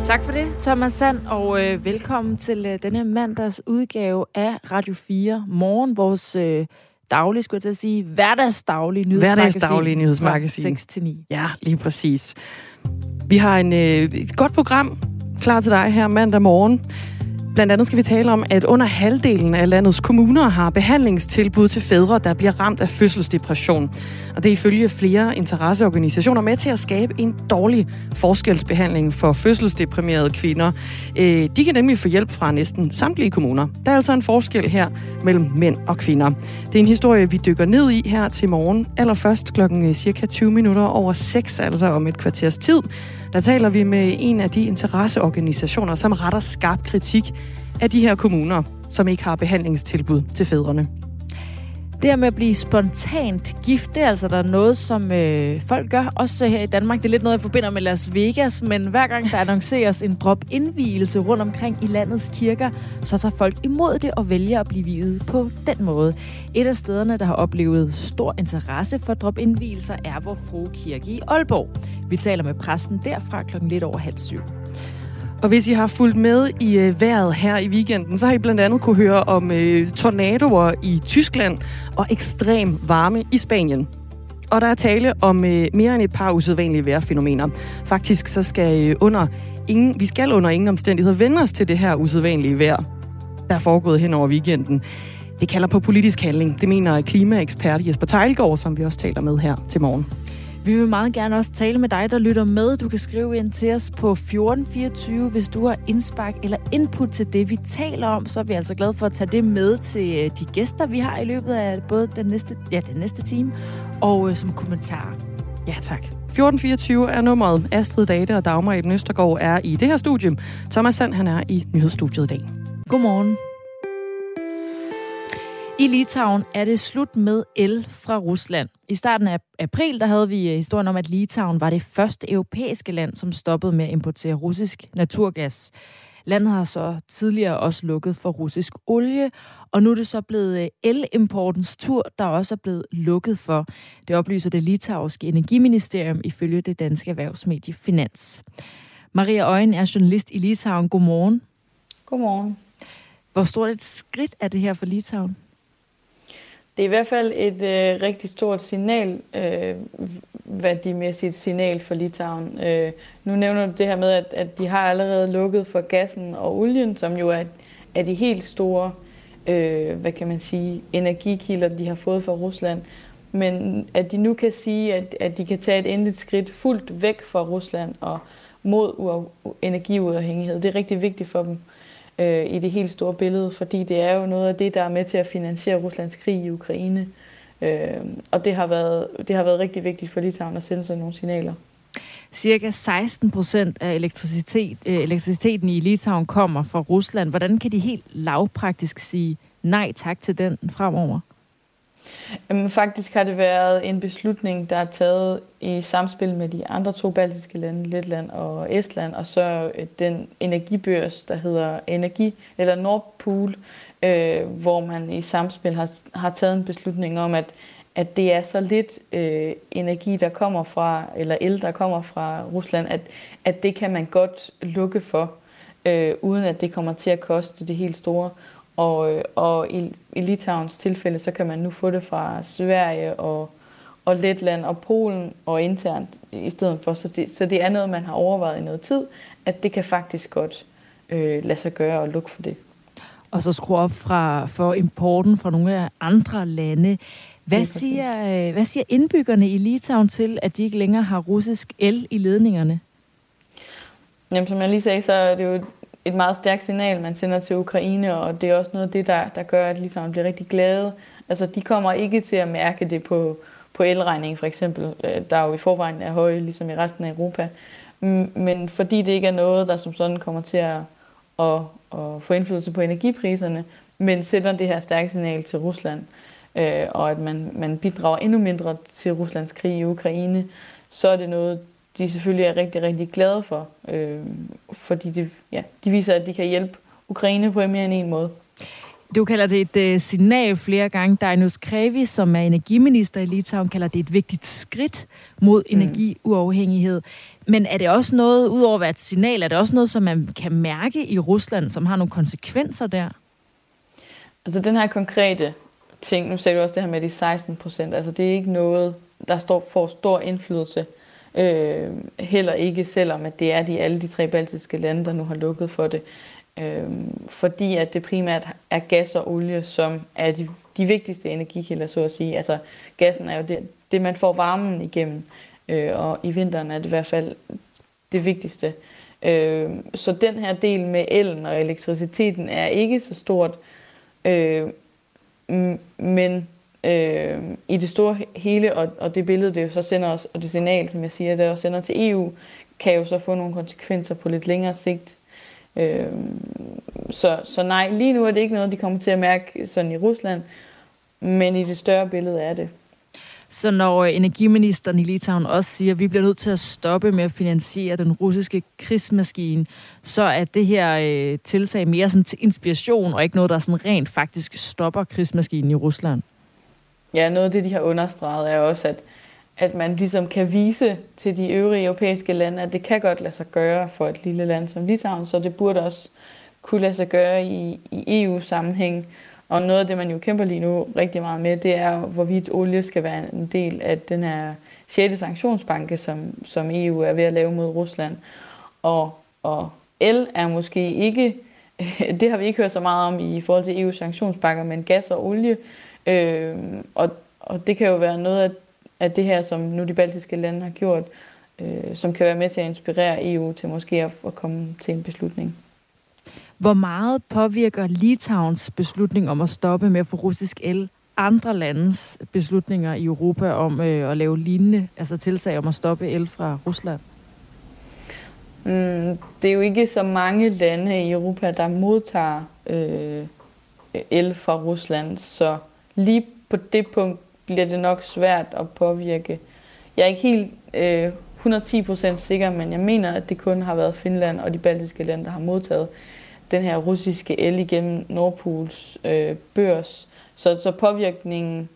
Tak for det, Thomas Sand, og velkommen til denne mandags udgave af Radio 4 Morgen, vores daglige, skulle jeg til at sige, hverdagsdaglige nyhedsmagasin. 6 til 9. Ja, lige præcis. Vi har et godt program klar til dig her mandag morgen. Blandt andet skal vi tale om, at under halvdelen af landets kommuner har behandlingstilbud til fædre, der bliver ramt af fødselsdepression. Og det er ifølge flere interesseorganisationer med til at skabe en dårlig forskelsbehandling for fødselsdeprimerede kvinder. De kan nemlig få hjælp fra næsten samtlige kommuner. Der er altså en forskel her mellem mænd og kvinder. Det er en historie, vi dykker ned i her til morgen. Allerførst klokken cirka 20 minutter over 6, altså om et kvarters tid. Der taler vi med en af de interesseorganisationer, som retter skarp kritik af de her kommuner, som ikke har behandlingstilbud til fædrene. Det her med at blive spontant gift, det er altså der noget, som folk gør, også her i Danmark. Det er lidt noget, jeg forbinder med Las Vegas, men hver gang der annonceres en drop-in-vielse rundt omkring i landets kirker, så tager folk imod det og vælger at blive viet på den måde. Et af stederne, der har oplevet stor interesse for drop-in-vielser, er Vor Frue Kirke i Aalborg. Vi taler med præsten derfra klokken lidt over 6:30. Og hvis I har fulgt med i vejret her i weekenden, så har I blandt andet kunne høre om tornadoer i Tyskland og ekstrem varme i Spanien. Og der er tale om mere end et par usædvanlige vejrfænomener. Faktisk så skal vi skal under ingen omstændigheder vende os til det her usædvanlige vejr, der er foregået hen over weekenden. Det kalder på politisk handling. Det mener klimaekspert Jesper Teilgaard, som vi også taler med her til morgen. Vi vil meget gerne også tale med dig, der lytter med. Du kan skrive ind til os på 1424, hvis du har indspark eller input til det, vi taler om. Så er vi altså glade for at tage det med til de gæster, vi har i løbet af både den næste time og som kommentar. Ja, tak. 1424 er nummeret. Astrid Date og Dagmar Eben Østergaard er i det her studie. Thomas Sand, han er i nyhedsstudiet i dag. Godmorgen. I Litauen er det slut med el fra Rusland. I starten af april der havde vi historien om, at Litauen var det første europæiske land, som stoppede med at importere russisk naturgas. Landet har så tidligere også lukket for russisk olie, og nu er det så blevet elimportens tur, der også er blevet lukket for. Det oplyser det litauiske energiministerium ifølge det danske erhvervsmedie Finans. Maria Øjen er journalist i Litauen. Godmorgen. Godmorgen. Hvor stort et skridt er det her for Litauen? Det er i hvert fald et rigtig stort signal, værdimæssigt signal for Litauen. Nu nævner du det her med, at de har allerede lukket for gassen og olien, som jo er de helt store, energikilder, de har fået fra Rusland. Men at de nu kan sige, at de kan tage et endeligt skridt fuldt væk fra Rusland og mod energiuafhængighed, det er rigtig vigtigt for dem i det helt store billede, fordi det er jo noget af det, der er med til at finansiere Ruslands krig i Ukraine. Og det har været rigtig vigtigt for Litauen at sende sådan nogle signaler. Cirka 16% af elektriciteten i Litauen kommer fra Rusland. Hvordan kan de helt lavpraktisk sige nej tak til den fremover? Jamen, faktisk har det været en beslutning, der er taget i samspil med de andre 2 baltiske lande, Letland og Estland, og så den energibørs, der hedder Nord Pool, hvor man i samspil har taget en beslutning om, at det er så lidt energi, der kommer fra, eller el, der kommer fra Rusland, at det kan man godt lukke for, uden at det kommer til at koste det helt store. Og i Litauens tilfælde, så kan man nu få det fra Sverige og Letland og Polen og internt i stedet for. Så det er noget, man har overvejet i noget tid, at det kan faktisk godt lade sig gøre og lukke for det. Og så skrue op for importen fra nogle af andre lande. Hvad siger indbyggerne i Litauen til, at de ikke længere har russisk el i ledningerne? Jamen, som jeg lige sagde, så er det jo et meget stærkt signal, man sender til Ukraine, og det er også noget af det, der gør, at Litauen bliver rigtig glade. Altså, de kommer ikke til at mærke det på elregningen, for eksempel, der jo i forvejen er høje, ligesom i resten af Europa. Men fordi det ikke er noget, der som sådan kommer til at få indflydelse på energipriserne, men sender det her stærke signal til Rusland, og at man bidrager endnu mindre til Ruslands krig i Ukraine, så er det noget, de selvfølgelig er rigtig, rigtig glade for, fordi de viser, at de kan hjælpe Ukraine på mere end en måde. Du kalder det et signal flere gange. Dainius Kreivys, som er energiminister i Litauen, kalder det et vigtigt skridt mod energiuafhængighed. Men er det også noget, udover at være et signal, er det også noget, som man kan mærke i Rusland, som har nogle konsekvenser der? Altså den her konkrete ting, nu sagde du også det her med de 16%, altså det er ikke noget, der får stor indflydelse. Heller ikke, selvom at det er alle de 3 baltiske lande, der nu har lukket for det. Fordi at det primært er gas og olie, som er de vigtigste energikilder, så at sige. Altså gassen er jo det man får varmen igennem, og i vinteren er det i hvert fald det vigtigste. Så den her del med elen og elektriciteten er ikke så stort, men i det store hele, og det billede, det jo så sender os, og det signal, som jeg siger, det også sender til EU, kan jo så få nogle konsekvenser på lidt længere sigt. Så nej, lige nu er det ikke noget, de kommer til at mærke sådan i Rusland, men i det større billede er det. Så når energiministeren i Litauen også siger, at vi bliver nødt til at stoppe med at finansiere den russiske krigsmaskine, så er det her tiltag mere sådan til inspiration, og ikke noget, der sådan rent faktisk stopper krigsmaskinen i Rusland? Ja, noget af det, de har understreget, er også, at man ligesom kan vise til de øvrige europæiske lande, at det kan godt lade sig gøre for et lille land som Litauen, så det burde også kunne lade sig gøre i EU-sammenhæng. Og noget af det, man jo kæmper lige nu rigtig meget med, det er, hvorvidt olie skal være en del af den her 6. sanktionsbanke, som EU er ved at lave mod Rusland. Og el er måske ikke, det har vi ikke hørt så meget om i forhold til EU's sanktionsbanker, men gas og olie. Og det kan jo være noget af det her, som nu de baltiske lande har gjort, som kan være med til at inspirere EU til måske at komme til en beslutning. Hvor meget påvirker Litauens beslutning om at stoppe med at få russisk el andre landes beslutninger i Europa om at lave lignende, altså tiltag om at stoppe el fra Rusland? Det er jo ikke så mange lande i Europa, der modtager el fra Rusland, så lige på det punkt bliver det nok svært at påvirke. Jeg er ikke helt 110% sikker, men jeg mener, at det kun har været Finland og de baltiske lande, der har modtaget den her russiske el igennem Nordpools børs. Så påvirkningen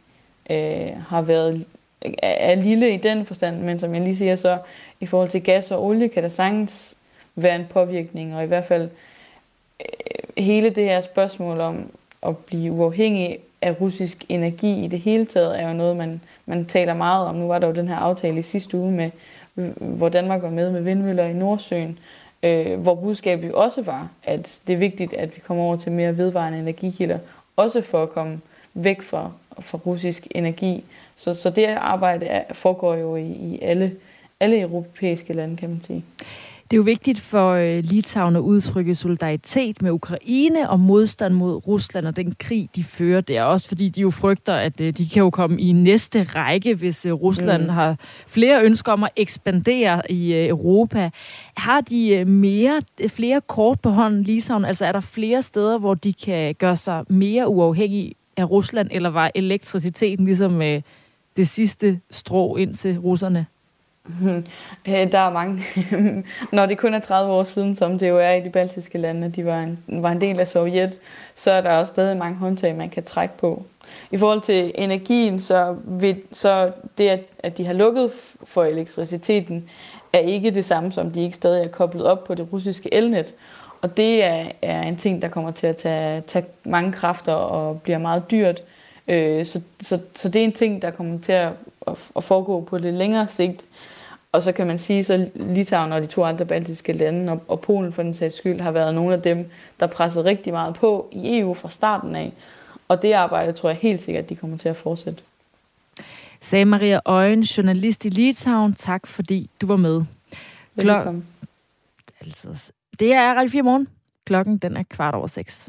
er lille i den forstand, men som jeg lige siger, så i forhold til gas og olie kan der sagtens være en påvirkning, og i hvert fald hele det her spørgsmål om at blive uafhængig af russisk energi i det hele taget, er jo noget, man taler meget om. Nu var der jo den her aftale i sidste uge, hvor Danmark var med vindmøller i Nordsøen, hvor budskabet jo også var, at det er vigtigt, at vi kommer over til mere vedvarende energikilder, også for at komme væk fra russisk energi. Så det arbejde foregår jo i alle europæiske lande, kan man sige. Det er jo vigtigt for Litauen at udtrykke solidaritet med Ukraine og modstand mod Rusland og den krig, de fører der. Også fordi de jo frygter, at de kan jo komme i næste række, hvis Rusland har flere ønsker om at ekspandere i Europa. Har de flere kort på hånden, Litauen? Altså er der flere steder, hvor de kan gøre sig mere uafhængige af Rusland, eller var elektriciteten ligesom det sidste strå ind til russerne? Der er mange. Når det kun er 30 år siden, som det jo er i de baltiske lande, de var en del af Sovjet, så er der også stadig mange håndtag, man kan trække på. I forhold til energien, så det, at de har lukket for elektriciteten, er ikke det samme, som de ikke stadig er koblet op på det russiske elnet. Og det er en ting, der kommer til at tage mange kræfter og bliver meget dyrt. Så det er en ting, der kommer til at foregå på lidt længere sigt. Og så kan man sige, så Litauen og de 2 andre baltiske lande og Polen for den sags skyld har været nogle af dem, der pressede rigtig meget på i EU fra starten af. Og det arbejde tror jeg helt sikkert, de kommer til at fortsætte. Sagde Maria Øjen, journalist i Litauen. Tak fordi du var med. Velkommen. Det er Radio 4 Morgen. Klokken den er 6:15.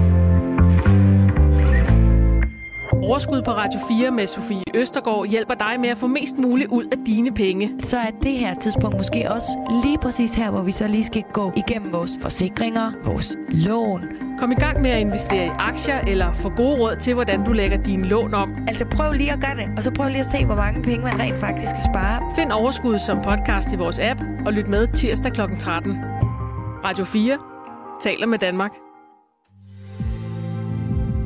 Overskud på Radio 4 med Sofie Østergaard hjælper dig med at få mest muligt ud af dine penge. Så er det her tidspunkt måske også lige præcis her, hvor vi så lige skal gå igennem vores forsikringer, vores lån. Kom i gang med at investere i aktier eller få gode råd til, hvordan du lægger dine lån om. Altså prøv lige at gøre det, og så prøv lige at se, hvor mange penge man rent faktisk skal spare. Find Overskud som podcast i vores app og lyt med tirsdag kl. 13. Radio 4 taler med Danmark.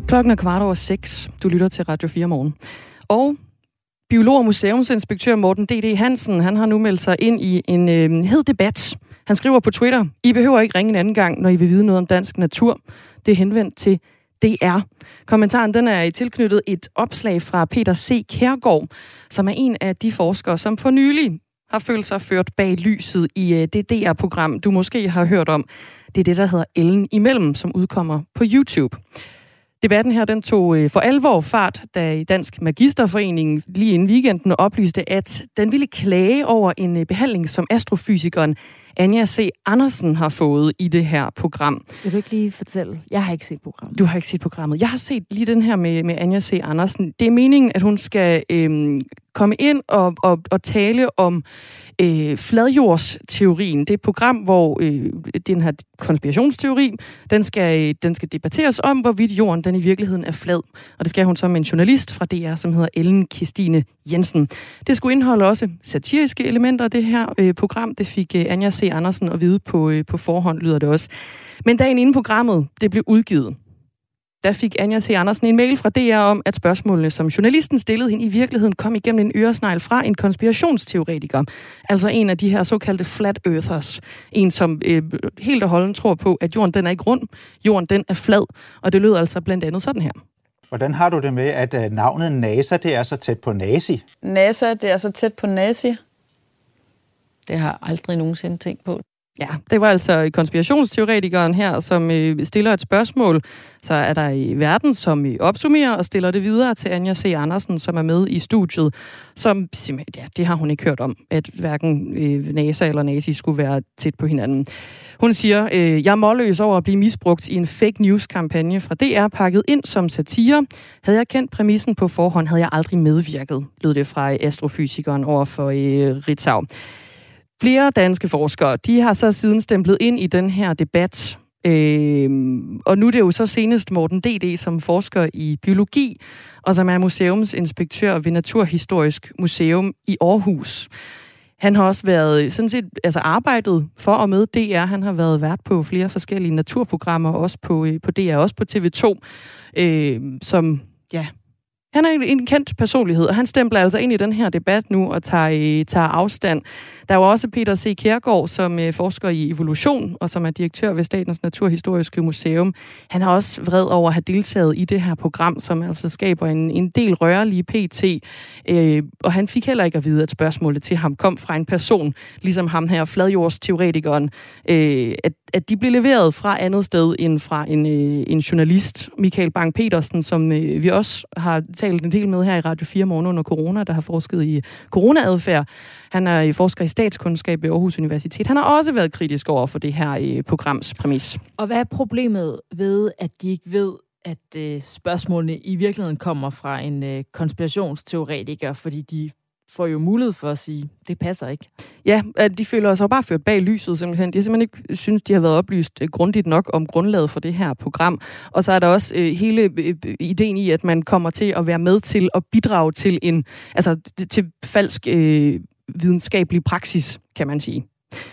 Klokken er 6:15. Du lytter til Radio 4 morgen. Og biolog og museumsinspektør Morten D.D. Hansen, han har nu meldt sig ind i en hed debat. Han skriver på Twitter: I behøver ikke ringe en anden gang, når I vil vide noget om dansk natur. Det er henvendt til DR. Kommentaren den er tilknyttet et opslag fra Peter C. Kjærgaard, som er en af de forskere, som for nylig har følt sig ført bag lyset i det DR-program, du måske har hørt om. Det er det, der hedder Ellen imellem, som udkommer på YouTube. Debatten her, den tog for alvor fart, da Dansk Magisterforening lige inden weekenden oplyste, at den ville klage over en behandling, som astrofysikeren Anja C. Andersen har fået i det her program. Vil du ikke lige fortælle? Jeg har ikke set programmet. Du har ikke set programmet. Jeg har set lige den her med Anja C. Andersen. Det er meningen, at hun skal komme ind og tale om fladjordsteorien. Det er et program, hvor den her konspirationsteori, den skal debatteres om, hvorvidt jorden den i virkeligheden er flad. Og det skal hun så med en journalist fra DR, som hedder Ellen Kirstine Jensen. Det skulle indeholde også satiriske elementer, det her program. Det fik Anja C. Andersen at vide på forhånd, lyder det også. Men dagen inden programmet det blev udgivet, der fik Anja C. Andersen en mail fra DR om, at spørgsmålene, som journalisten stillede hende, i virkeligheden kom igennem en øresnegl fra en konspirationsteoretiker. Altså en af de her såkaldte flat earthers. En, som helt og holdent tror på, at jorden den er ikke rund, jorden den er flad. Og det lød altså blandt andet sådan her. Hvordan har du det med, at navnet NASA, det er så tæt på nazi? NASA, det er så tæt på nazi. Det har jeg aldrig nogensinde tænkt på. Ja, det var altså konspirationsteoretikeren her, som stiller et spørgsmål. Så er der i verden, som opsummerer og stiller det videre til Anja C. Andersen, som er med i studiet, som simpelthen, ja, det har hun ikke hørt om, at hverken NASA eller nazi skulle være tæt på hinanden. Hun siger, jeg er målløs over at blive misbrugt i en fake news-kampagne fra DR, pakket ind som satire. Havde jeg kendt præmissen på forhånd, havde jeg aldrig medvirket, lød det fra astrofysikeren over for Ritzau. Flere danske forskere, de har så siden stemplet ind i den her debat. Og nu er det jo så senest Morten D.D., som forsker i biologi, og som er museumsinspektør ved Naturhistorisk Museum i Aarhus. Han har også været sådan set arbejdet for og med DR. Han har været vært på flere forskellige naturprogrammer, også på DR, også på TV2, som ja. Han er en kendt personlighed, og han stempler altså ind i den her debat nu og tager afstand. Der er jo også Peter C. Kjærgaard, som forsker i evolution, og som er direktør ved Statens Naturhistoriske Museum. Han har også vred over at have deltaget i det her program, som altså skaber en del rørlige PT. Og han fik heller ikke at vide, at spørgsmålet til ham kom fra en person, ligesom ham her, fladjordsteoretikeren, at de blev leveret fra andet sted end fra en journalist, Michael Bang-Petersen, som vi også har talt en del med her i Radio 4 morgen under corona, der har forsket i corona-adfærd. Han er forsker i statskundskab ved Aarhus Universitet. Han har også været kritisk over for det her programs præmis. Og hvad er problemet ved, at de ikke ved, at spørgsmålene i virkeligheden kommer fra en konspirationsteoretiker, fordi de får jo mulighed for at sige, det passer ikke. Ja, de føler sig bare ført bag lyset simpelthen. De har simpelthen ikke synes, de har været oplyst grundigt nok om grundlaget for det her program. Og så er der også hele ideen i, at man kommer til at være med til at bidrage til til falsk videnskabelig praksis, kan man sige.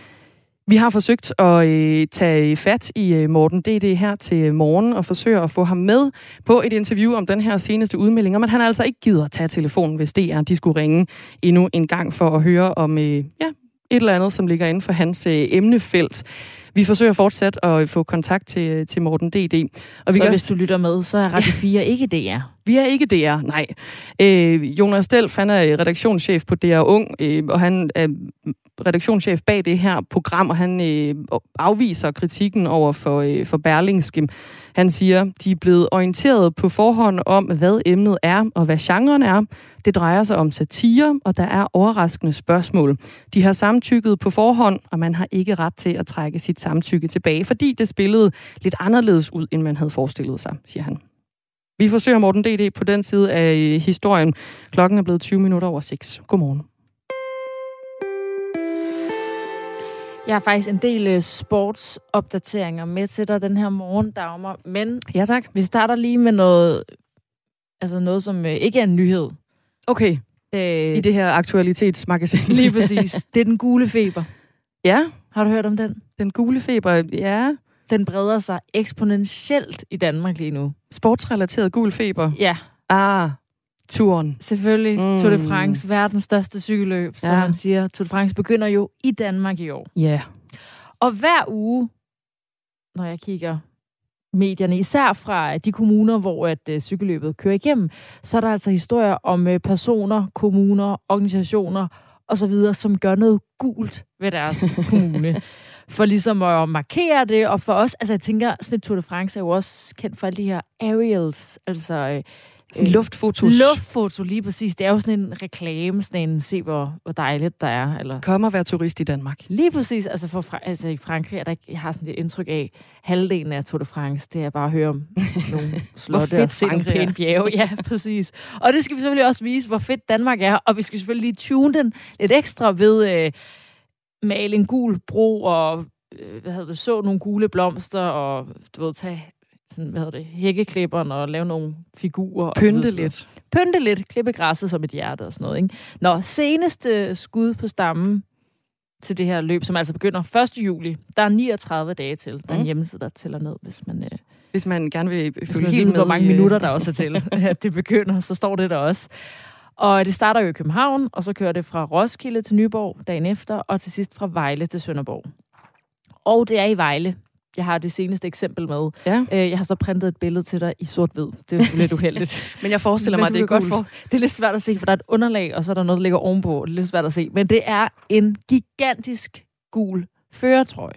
Vi har forsøgt at tage fat i Morten D.D. her til morgen og forsøge at få ham med på et interview om den her seneste udmelding, om at han altså ikke gider at tage telefonen, hvis DR de skulle ringe endnu en gang for at høre om et eller andet, som ligger inden for hans emnefelt. Vi forsøger fortsat at få kontakt til Morten D.D. Og så hvis du lytter med, så er Radio 4 ikke DR. Vi er ikke DR, nej. Jonas Delf, han er redaktionschef på DR Ung, og han er redaktionschef bag det her program, og han afviser kritikken over for Berlingske. Han siger, de er blevet orienteret på forhånd om, hvad emnet er, og hvad genren er. Det drejer sig om satire, og der er overraskende spørgsmål. De har samtykket på forhånd, og man har ikke ret til at trække sit samtykke tilbage, fordi det spillede lidt anderledes ud, end man havde forestillet sig, siger han. Vi forsøger Morten D.D. på den side af historien. Klokken er blevet 20 minutter over 6. Godmorgen. Jeg har faktisk en del sportsopdateringer med til dig den her morgen, Dagmar. Men ja, tak. Vi starter lige med noget som ikke er en nyhed. Okay. I det her aktualitetsmagasin. Lige præcis. Det er den gule feber. Ja. Har du hørt om den? Den gule feber, ja. Den breder sig eksponentielt i Danmark lige nu. Sportsrelateret gul feber. Ja. Turen. Selvfølgelig. Tour de France, verdens største cykelløb, som man siger. Tour de France begynder jo i Danmark i år. Ja. Yeah. Og hver uge, når jeg kigger medierne, især fra de kommuner, hvor cykelløbet kører igennem, så er der altså historier om personer, kommuner, organisationer osv., som gør noget gult ved deres kommune. For ligesom at markere det, og for os, altså jeg tænker, sådan et Tour de France er jo også kendt for alle de her aerials, altså luftfotos. Luftfoto, lige præcis. Det er jo sådan en reklame, sådan en, se hvor dejligt der er. Eller... Kom og være turist i Danmark. Lige præcis. Altså i Frankrig er der, jeg har sådan et indtryk af, halvdelen af Tour de France, det er bare at høre om nogle slotte og se nogle pæne bjerge. Ja, præcis. Og det skal vi selvfølgelig også vise, hvor fedt Danmark er, og vi skal selvfølgelig lige tune den lidt ekstra ved male en gul bro, og så nogle gule blomster, og du ved, tage sådan, hækkeklipperne og lave nogle figurer. Pynte lidt, klippe græsset som et hjerte og sådan noget, ikke? Nå, seneste skud på stammen til det her løb, som altså begynder 1. juli. Der er 39 dage til. Der er en hjemmeside, der tæller ned, hvis man gerne vil følge helt med, hvor mange minutter der også er til, at det begynder, så står det der også. Og det starter jo i København, og så kører det fra Roskilde til Nyborg dagen efter, og til sidst fra Vejle til Sønderborg. Og det er i Vejle. Jeg har det seneste eksempel med. Ja. Jeg har så printet et billede til dig i sort-hvid. Det er jo lidt uheldigt. Men jeg forestiller mig, at det er godt for. Det er lidt svært at se, for der er et underlag, og så er der noget, der ligger ovenpå. Det er lidt svært at se. Men det er en gigantisk gul førertrøje.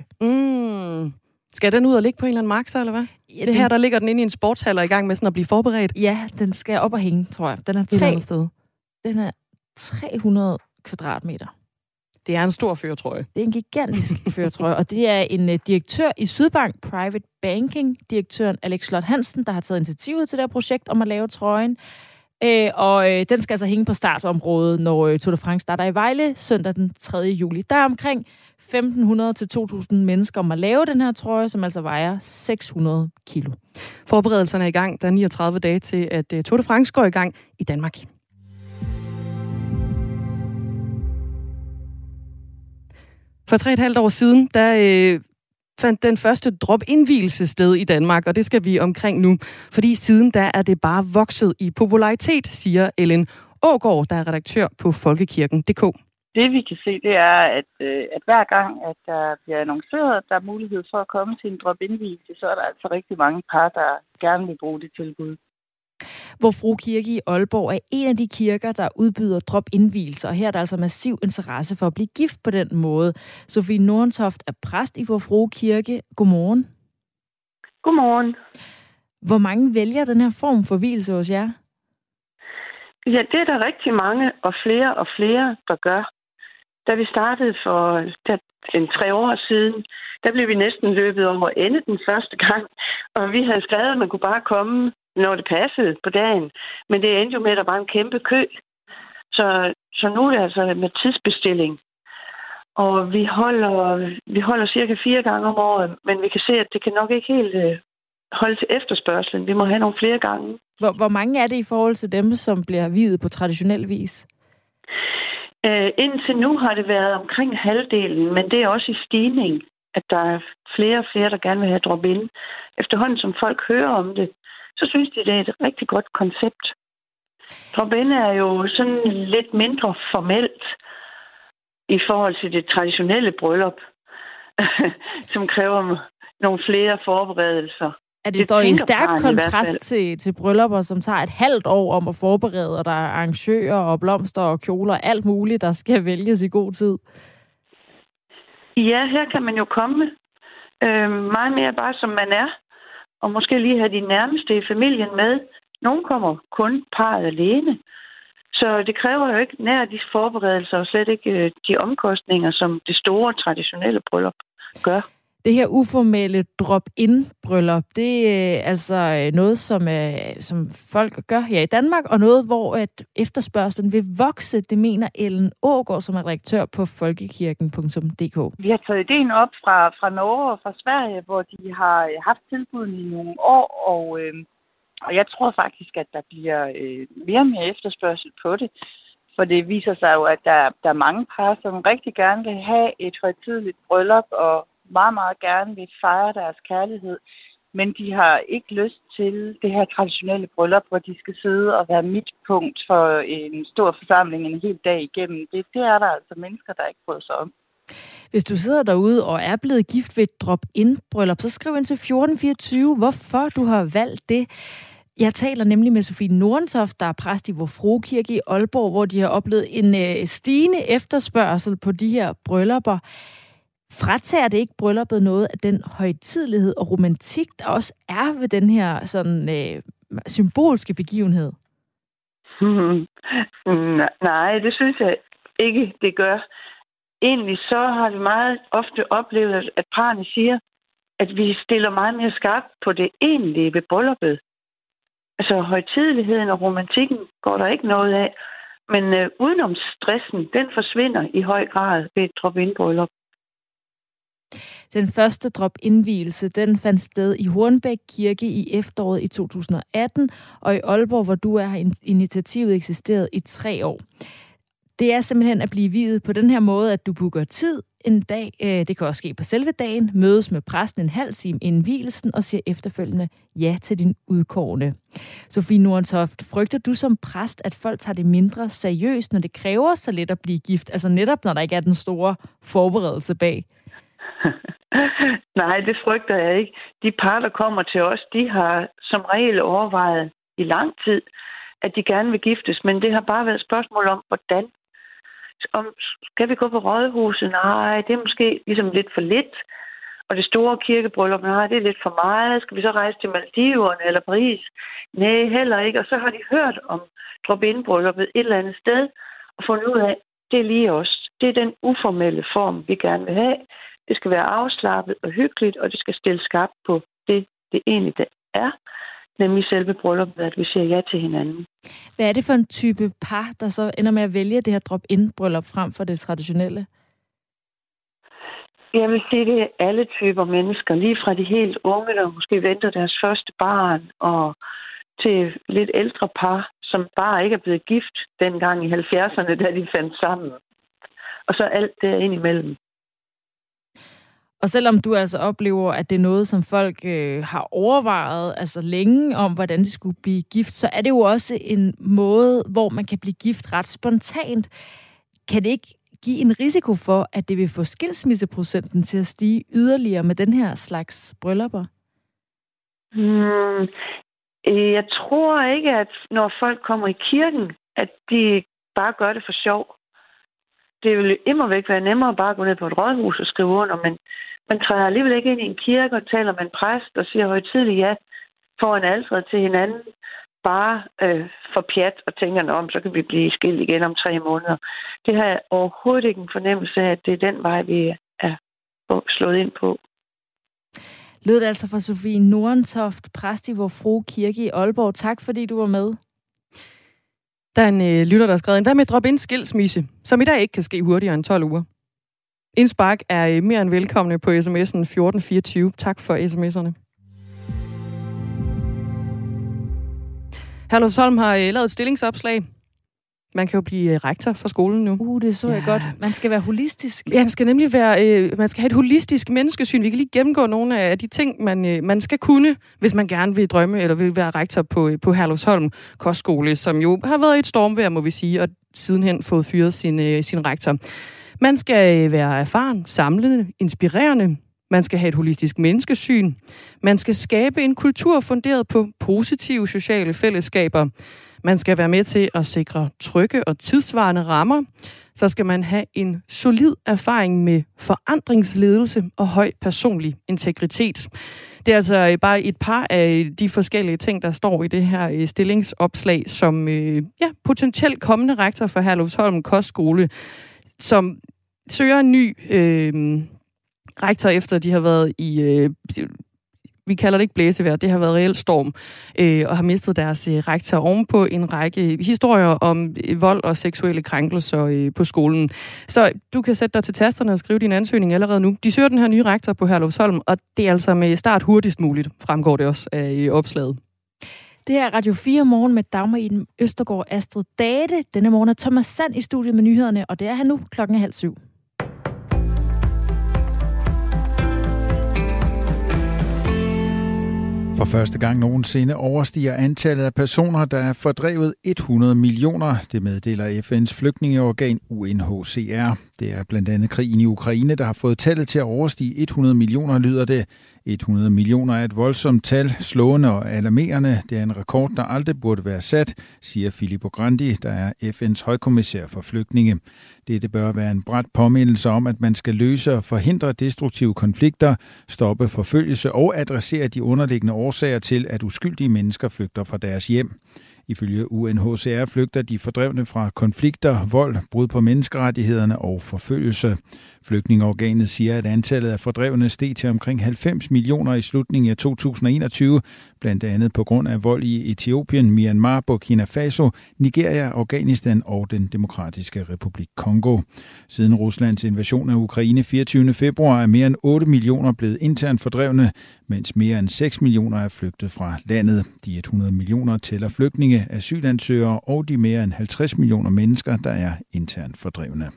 Skal den ud og ligge på en eller anden mark, så, eller hvad? Ja, det her, der ligger den inde i en sportshal og i gang med sådan at blive forberedt. Ja, den skal op og hænge, tror jeg. Den er 300 kvadratmeter. Det er en stor førertrøje. Det er en gigantisk førertrøje, og det er en direktør i Sydbank Private Banking, direktøren Alex Slot Hansen, der har taget initiativet til det her projekt om at lave trøjen. Og den skal altså hænge på startområdet, når Tour de France starter i Vejle søndag den 3. juli. Der er omkring 1.500 til 2.000 mennesker om at lave den her trøje, som altså vejer 600 kilo. Forberedelserne er i gang. Der er 39 dage til, at Tour de France går i gang i Danmark. For 3,5 år siden, der fandt den første drop-indvielse sted i Danmark, og det skal vi omkring nu. Fordi siden da er det bare vokset i popularitet, siger Ellen Aagaard, der er redaktør på Folkekirken.dk. Det vi kan se, det er, at hver gang, at der bliver annonceret, at der er mulighed for at komme til en drop-indvielse, så er der altså rigtig mange par, der gerne vil bruge det tilbud. Vor Frue Kirke i Aalborg er en af de kirker, der udbyder drop-indvielser, og her er der altså massiv interesse for at blive gift på den måde. Sofie Nordentoft er præst i Vor Frue Kirke. Godmorgen. Godmorgen. Hvor mange vælger den her form for vielse hos jer? Ja, det er der rigtig mange og flere, der gør. Da vi startede for 3 år siden, der blev vi næsten løbet over ende den første gang, og vi havde skrevet, at man kunne bare komme, når det passede på dagen. Men det endte jo med, at der var en kæmpe kø. Så nu er det altså med tidsbestilling. Og vi holder cirka 4 gange om året, men vi kan se, at det kan nok ikke helt holde til efterspørgselen. Vi må have nogle flere gange. Hvor mange er det i forhold til dem, som bliver viet på traditionel vis? Indtil nu har det været omkring halvdelen, men det er også i stigning, at der er flere og flere, der gerne vil have drop-in. Efterhånden som folk hører om det, så synes de, det er et rigtig godt koncept. Drop-in er jo sådan lidt mindre formelt i forhold til det traditionelle bryllup, som kræver nogle flere forberedelser. At det står i stærk kontrast til bryllupper, som tager et halvt år om at forberede, og der er arrangører og blomster og kjoler og alt muligt, der skal vælges i god tid. Ja, her kan man jo komme meget mere bare som man er, og måske lige have de nærmeste i familien med. Nogle kommer kun parret alene. Så det kræver jo ikke nær de forberedelser, og slet ikke de omkostninger, som det store traditionelle bryllup gør. Det her uformelle drop-in-bryllup, det er altså noget, som folk gør her i Danmark, og noget, hvor at efterspørgslen vil vokse, det mener Ellen Aagaard, som er redaktør på Folkekirken.dk. Vi har taget ideen op fra Norge og fra Sverige, hvor de har haft tilbudene i nogle år, og jeg tror faktisk, at der bliver mere og mere efterspørgsel på det. For det viser sig jo, at der er mange par, som rigtig gerne vil have et højtideligt bryllup, og meget, meget gerne vil fejre deres kærlighed, men de har ikke lyst til det her traditionelle bryllup, hvor de skal sidde og være midtpunkt for en stor forsamling en hel dag igennem. Det er der altså mennesker, der ikke bryder sig om. Hvis du sidder derude og er blevet gift ved et drop-in-bryllup, så skriv ind til 1424, hvorfor du har valgt det. Jeg taler nemlig med Sofie Nordentoft, der er præst i Vor Frue Kirke i Aalborg, hvor de har oplevet en stigende efterspørgsel på de her bryllupper. Fratager det ikke brylluppet noget af den højtidelighed og romantik, der også er ved den her sådan symbolske begivenhed? Nej, det synes jeg ikke, det gør. Egentlig så har vi meget ofte oplevet, at parrene siger, at vi stiller meget mere skarpt på det egentlige ved brylluppet. Altså højtideligheden og romantikken går der ikke noget af, men udenomstressen, den forsvinder i høj grad ved et drop-in-bryllup. Den første drop-in-vielse, den fandt sted i Hornbæk Kirke i efteråret i 2018, og i Aalborg, hvor du er, har initiativet eksisteret i 3 år. Det er simpelthen at blive viet på den her måde, at du booker tid en dag, det kan også ske på selve dagen, mødes med præsten en halv time inden vielsen og siger efterfølgende ja til din udkårne. Sofie Nordentoft, frygter du som præst, at folk tager det mindre seriøst, når det kræver så lidt at blive gift? Altså netop, når der ikke er den store forberedelse bag? Nej, det frygter jeg ikke. De par, der kommer til os, de har som regel overvejet i lang tid, at de gerne vil giftes, men det har bare været et spørgsmål om, hvordan. Skal vi gå på rådhuset? Nej, det er måske ligesom lidt for lidt. Og det store kirkebryllup, nej, det er lidt for meget. Skal vi så rejse til Maldiverne eller Paris? Nej, heller ikke. Og så har de hørt om drop-in-brylluppet et eller andet sted, og fundet ud af, det er lige os. Det er den uformelle form, vi gerne vil have. Det skal være afslappet og hyggeligt, og det skal stille skarpt på det egentlig er. Nemlig selve brylluppet, at vi siger ja til hinanden. Hvad er det for en type par, der så ender med at vælge det her drop-in-bryllup frem for det traditionelle? Jeg vil sige, det er alle typer mennesker. Lige fra de helt unge, der måske venter deres første barn, og til lidt ældre par, som bare ikke er blevet gift dengang i 70'erne, da de fandt sammen. Og så alt det ind imellem. Og selvom du altså oplever, at det er noget, som folk har overvejet altså længe om, hvordan de skulle blive gift, så er det jo også en måde, hvor man kan blive gift ret spontant. Kan det ikke give en risiko for, at det vil få skilsmisseprocenten til at stige yderligere med den her slags bryllupper? Jeg tror ikke, at når folk kommer i kirken, at de bare gør det for sjov. Det vil immervæk være nemmere bare at gå ned på et rådhus og skrive under, men man træder alligevel ikke ind i en kirke og taler med en præst og siger højtideligt ja foran alteret til hinanden, bare for pjat og tænker om, så kan vi blive skilt igen om 3 måneder. Det har jeg overhovedet ikke en fornemmelse af, at det er den vej, vi er slået ind på. Lød det altså fra Sofie Nordentoft, præst i Vor Frue Kirke i Aalborg. Tak fordi du var med. Der er en lytter, der har skrevet, hvad med drop-in skilsmisse, som i dag ikke kan ske hurtigere end 12 uger? Indspark er mere end velkomne på sms'en 1424. Tak for sms'erne. Herlufsholm har lavet et stillingsopslag. Man kan jo blive rektor for skolen nu. Det så jeg godt. Man skal være holistisk. Ja, man skal nemlig man skal have et holistisk menneskesyn. Vi kan lige gennemgå nogle af de ting, man skal kunne, hvis man gerne vil drømme eller vil være rektor på Herlufsholm Kostskole, som jo har været i et stormvejr, må vi sige, og sidenhen fået fyret sin rektor. Man skal være erfaren, samlende, inspirerende. Man skal have et holistisk menneskesyn. Man skal skabe en kultur funderet på positive sociale fællesskaber. Man skal være med til at sikre trygge og tidsvarende rammer. Så skal man have en solid erfaring med forandringsledelse og høj personlig integritet. Det er altså bare et par af de forskellige ting, der står i det her stillingsopslag, som potentielt kommende rektor for Herlufsholm Kostskole, som søger en ny rektor efter, de har været i, vi kalder det ikke blæsevejr, det har været reelt storm, og har mistet deres rektor ovenpå en række historier om vold og seksuelle krænkelser på skolen. Så du kan sætte dig til tasterne og skrive din ansøgning allerede nu. De søger den her nye rektor på Herlufsholm, og det er altså med start hurtigst muligt, fremgår det også af opslaget. Det er Radio 4 morgen med Dagmar Iden Østergaard og Astrid Date. Denne morgen er Thomas Sand i studiet med nyhederne, og det er han nu 6:30. For første gang nogensinde overstiger antallet af personer, der er fordrevet 100 millioner. Det meddeler FN's flygtningeorgan UNHCR. Det er blandt andet krigen i Ukraine, der har fået tallet til at overstige 100 millioner, lyder det. 100 millioner er et voldsomt tal, slående og alarmerende. Det er en rekord, der aldrig burde være sat, siger Filippo Grandi, der er FN's højkommissær for flygtninge. Det bør være en brat påmindelse om, at man skal løse og forhindre destruktive konflikter, stoppe forfølgelse og adressere de underliggende årsager til, at uskyldige mennesker flygter fra deres hjem. Ifølge UNHCR flygter de fordrevne fra konflikter, vold, brud på menneskerettighederne og forfølgelse. Flygtningeorganet siger, at antallet af fordrevne steg til omkring 90 millioner i slutningen af 2021, blandt andet på grund af vold i Etiopien, Myanmar, Burkina Faso, Nigeria, Afghanistan og den Demokratiske Republik Kongo. Siden Ruslands invasion af Ukraine 24. februar er mere end 8 millioner blevet internt fordrevne, mens mere end 6 millioner er flygtet fra landet. De 100 millioner tæller flygtninge, asylansøgere og de mere end 50 millioner mennesker, der er internt fordrevne.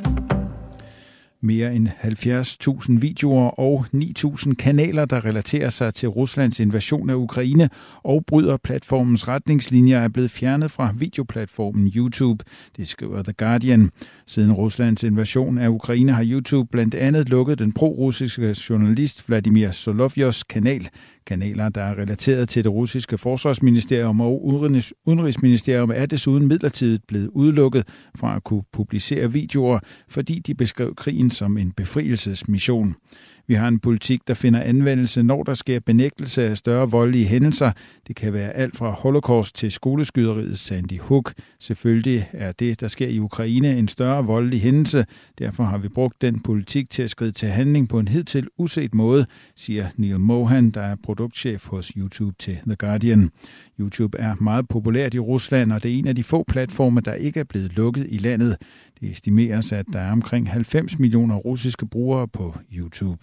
Mere end 70.000 videoer og 9.000 kanaler, der relaterer sig til Ruslands invasion af Ukraine og bryder platformens retningslinjer, er blevet fjernet fra videoplatformen YouTube. Det skriver The Guardian. Siden Ruslands invasion af Ukraine har YouTube blandt andet lukket den pro-russiske journalist Vladimir Solovjos kanal. Kanaler, der er relateret til det russiske forsvarsministerium og udenrigsministerium, er desuden midlertidigt blevet udelukket fra at kunne publicere videoer, fordi de beskrev krigen som en befrielsesmission. Vi har en politik, der finder anvendelse, når der sker benægtelse af større voldelige hændelser. Det kan være alt fra Holocaust til skoleskyderiet Sandy Hook. Selvfølgelig er det, der sker i Ukraine, en større voldelig hændelse. Derfor har vi brugt den politik til at skride til handling på en hidtil uset måde, siger Neil Mohan, der er produktchef hos YouTube til The Guardian. YouTube er meget populært i Rusland, og det er en af de få platforme, der ikke er blevet lukket i landet. Det estimeres, at der er omkring 90 millioner russiske brugere på YouTube.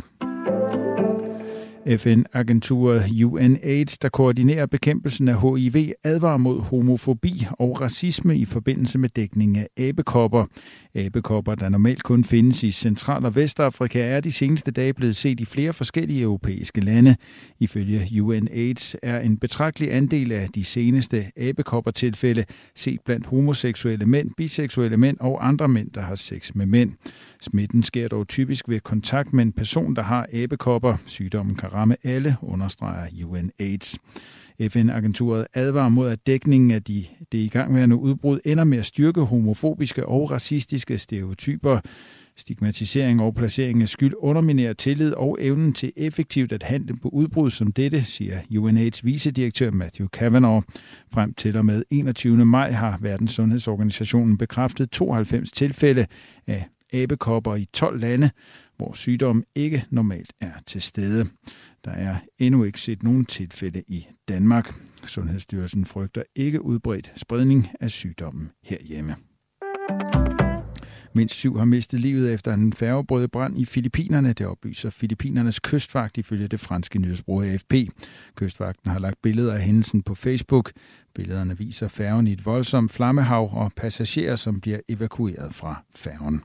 FN-agenturet UNAIDS, der koordinerer bekæmpelsen af HIV, advarer mod homofobi og racisme i forbindelse med dækning af abekopper. Abekopper, der normalt kun findes i Central- og Vestafrika, er de seneste dage blevet set i flere forskellige europæiske lande. Ifølge UNAIDS er en betragtelig andel af de seneste abekoppertilfælde set blandt homoseksuelle mænd, biseksuelle mænd og andre mænd, der har sex med mænd. Smitten sker dog typisk ved kontakt med en person, der har abekopper. Sygdommen kan ramme alle, understreger UNAIDS. FN-agenturet advarer mod, at dækningen af det igangværende udbrud ender med at styrke homofobiske og racistiske stereotyper. Stigmatisering og placering af skyld underminerer tillid og evnen til effektivt at handle på udbrud som dette, siger UNAIDS vicedirektør Matthew Kavanagh. Frem til og med 21. maj har Verdenssundhedsorganisationen bekræftet 92 tilfælde af abekopper i 12 lande, hvor sygdommen ikke normalt er til stede. Der er endnu ikke set nogen tilfælde i Danmark. Sundhedsstyrelsen frygter ikke udbredt spredning af sygdommen herhjemme. Mindst 7 har mistet livet efter en færgebrød i brand i Filippinerne. Det oplyser Filippinernes kystvagt ifølge det franske nyhedsbureau AFP. Kystvagten har lagt billeder af hændelsen på Facebook. Billederne viser færgen i et voldsomt flammehav og passagerer, som bliver evakueret fra færgen.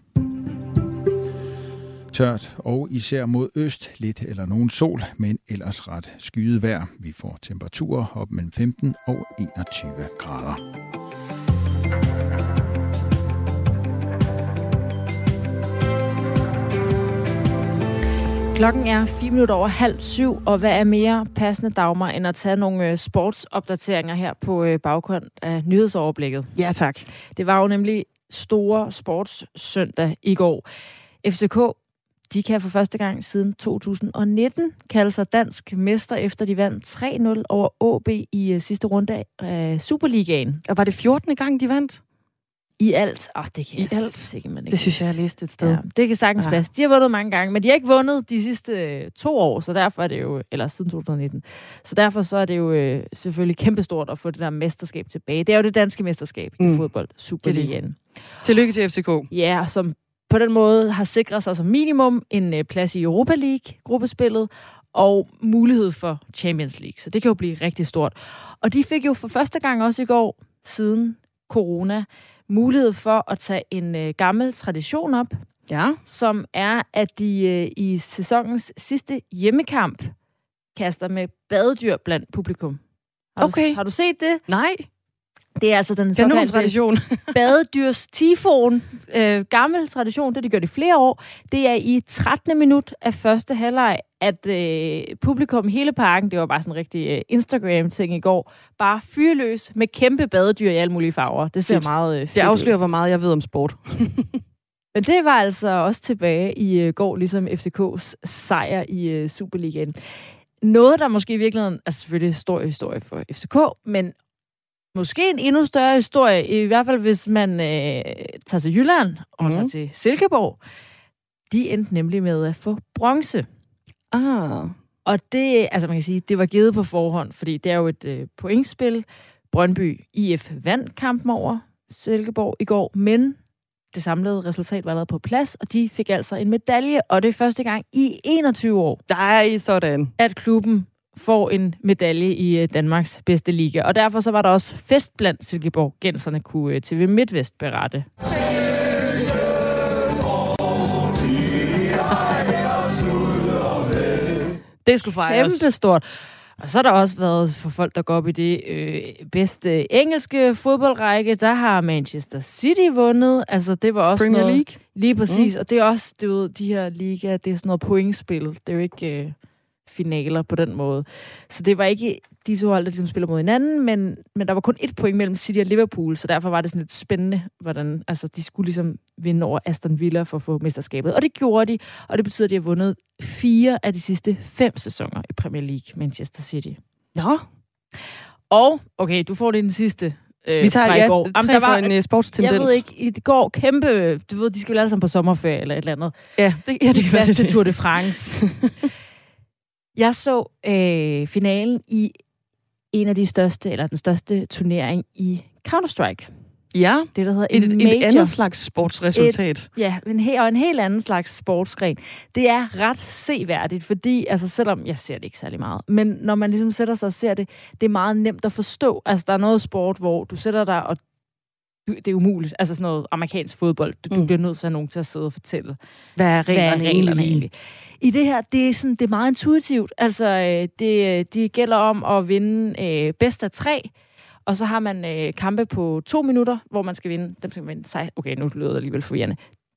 Tørt og især mod øst, lidt eller nogen sol, men ellers ret skyet vejr. Vi får temperaturer op mellem 15 og 21 grader. Klokken er 7:04, og hvad er mere passende, Dagmar, end at tage nogle sportsopdateringer her på baggrund af nyhedsoverblikket? Ja, tak. Det var jo nemlig store sportssøndag i går. FCK, de kan for første gang siden 2019 kalde sig dansk mester, efter de vandt 3-0 over AaB i sidste runde af Superligaen. Og var det 14. gang, de vandt? I alt. Det kan I jeg alt. simpelthen ikke. Det synes jeg, jeg læste et sted. Ja, det kan sagtens passe. De har vundet mange gange, men de har ikke vundet de sidste 2 år, så derfor er det jo, eller siden 2019. Så derfor så er det jo selvfølgelig kæmpestort at få det der mesterskab tilbage. Det er jo det danske mesterskab i fodbold, Superligaen. Tillykke til FCK. Ja, som på den måde har sikret sig som minimum en plads i Europa League-gruppespillet og mulighed for Champions League. Så det kan jo blive rigtig stort. Og de fik jo for første gang også i går, siden corona, mulighed for at tage en gammel tradition op, som er, at de i sæsonens sidste hjemmekamp kaster med badedyr blandt publikum. Har du set det? Nej. Det er altså den såkaldte tradition. badedyrs tifon. Gammel tradition, det de gjort i flere år. Det er i 13. minut af første halvleg, at publikum hele parken, det var bare sådan en rigtig Instagram-ting i går, bare fyrløs med kæmpe badedyr i alle mulige farver. Det ser meget fedt. Det afslører, hvor meget jeg ved om sport. Men det var altså også tilbage i går, ligesom FCK's sejr i Superligaen. Noget, der måske i virkeligheden er selvfølgelig stor historie for FCK, men måske en endnu større historie, i hvert fald hvis man tager til Jylland og tager til Silkeborg. De endte nemlig med at få bronze. Og det, altså man kan sige, det var givet på forhånd, fordi det er jo et pointspil. Brøndby IF vandt kampen over Silkeborg i går, men det samlede resultat var allerede på plads, og de fik altså en medalje, og det er første gang i 21 år, sådan, at klubben får en medalje i Danmarks bedste liga. Og derfor så var der også fest blandt Silkeborg-genserne, kunne TV MidtVest berette. Det skulle fejres. Kæmpe stort. Og så har der også været for folk, der går op i det bedste engelske fodboldrække. Der har Manchester City vundet. Altså, det var også Premier League. Lige præcis. Og det er også, det er de her liga, det er sådan noget pointspil. Det er jo ikke finaler på den måde. Så det var ikke de to hold, der ligesom spiller mod hinanden, men der var kun 1 point mellem City og Liverpool, så derfor var det sådan lidt spændende, hvordan de skulle ligesom vinde over Aston Villa for at få mesterskabet. Og det gjorde de, og det betyder, at de har vundet 4 af de sidste 5 sæsoner i Premier League, Manchester City. Nå. Og, okay, du får det den sidste vi tager i går. Der var en sportstendens. Jeg ved ikke, i går kæmpe, du ved, de skal vel alle sammen på sommerferie eller et eller andet. Ja, det kan være til Tour de France. Jeg så finalen i en af de største, eller den største turnering i Counter-Strike. Ja, det der hedder et andet slags sportsresultat. Og en helt anden slags sportsgren. Det er ret seværdigt, fordi, altså selvom jeg ser det ikke særlig meget, men når man ligesom sætter sig og ser det, det er meget nemt at forstå. Altså der er noget sport, hvor du sætter dig, og det er umuligt. Altså sådan noget amerikansk fodbold. Du bliver nødt til at have nogen til at sidde og fortælle. Hvad er reglerne egentlig? I det her, det er meget intuitivt. Altså, det gælder om at vinde bedst af 3, og så har man kampe på 2 minutter, hvor man skal vinde. Dem skal man vinde. Okay, nu lyder det alligevel forvirrende.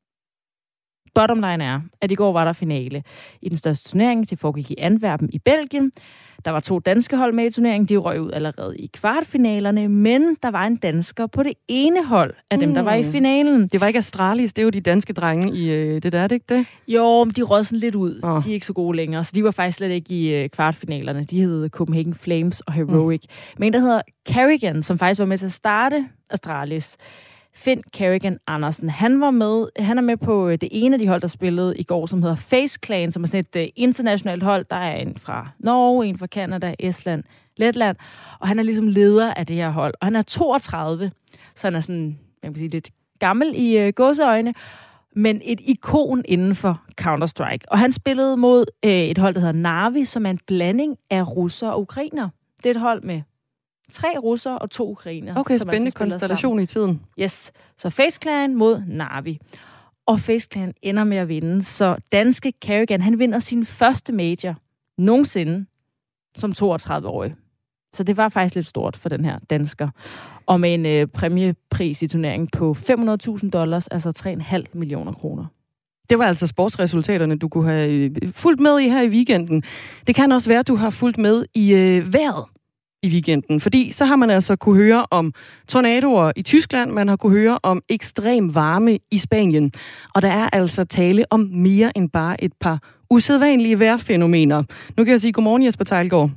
Bottom line er, at i går var der finale i den største turnering. Det foregik i Antwerpen i Belgien. Der var 2 danske hold med i turneringen. De røg ud allerede i kvartfinalerne, men der var en dansker på det ene hold af dem, der var i finalen. Det var ikke Astralis, det er jo de danske drenge i det der, er det ikke det? Jo, men de rød sådan lidt ud. De er ikke så gode længere, så de var faktisk slet ikke i kvartfinalerne. De hed Copenhagen Flames og Heroic. Men der hedder Carrigan, som faktisk var med til at starte Astralis. Finn Carrigan Andersen. Han er med på det ene af de hold, der spillede i går, som hedder Face Clan, som er sådan et internationalt hold. Der er en fra Norge, en fra Canada, Estland, Letland, og han er ligesom leder af det her hold. Og han er 32, så han er sådan, man kan sige, lidt gammel i gåseøjne, men et ikon inden for Counter-Strike. Og han spillede mod et hold, der hedder Navi, som er en blanding af russer og ukrainer. Det er et hold med 3 russere og 2 ukrainer. Okay, spændende konstellation i tiden. Yes. Så Face Clan mod Navi. Og Face Clan ender med at vinde. Så danske Carrigan, han vinder sin første major nogensinde som 32-årig. Så det var faktisk lidt stort for den her dansker. Og med en præmiepris i turneringen på $500,000, altså 3,5 millioner kroner. Det var altså sportsresultaterne, du kunne have fulgt med i her i weekenden. Det kan også være, at du har fulgt med i vejret i weekenden, fordi så har man altså kunne høre om tornadoer i Tyskland, man har kunne høre om ekstrem varme i Spanien, og der er altså tale om mere end bare et par usædvanlige vejrfænomener. Nu kan jeg sige godmorgen, Jesper Teilgaard.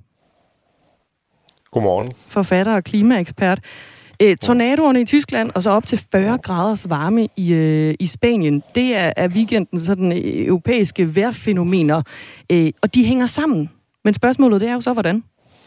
Godmorgen. Forfatter og klimaekspert. Tornadoerne i Tyskland, og så op til 40 graders varme i Spanien, det er weekenden sådan europæiske vejrfænomener, og de hænger sammen. Men spørgsmålet, det er jo så, hvordan?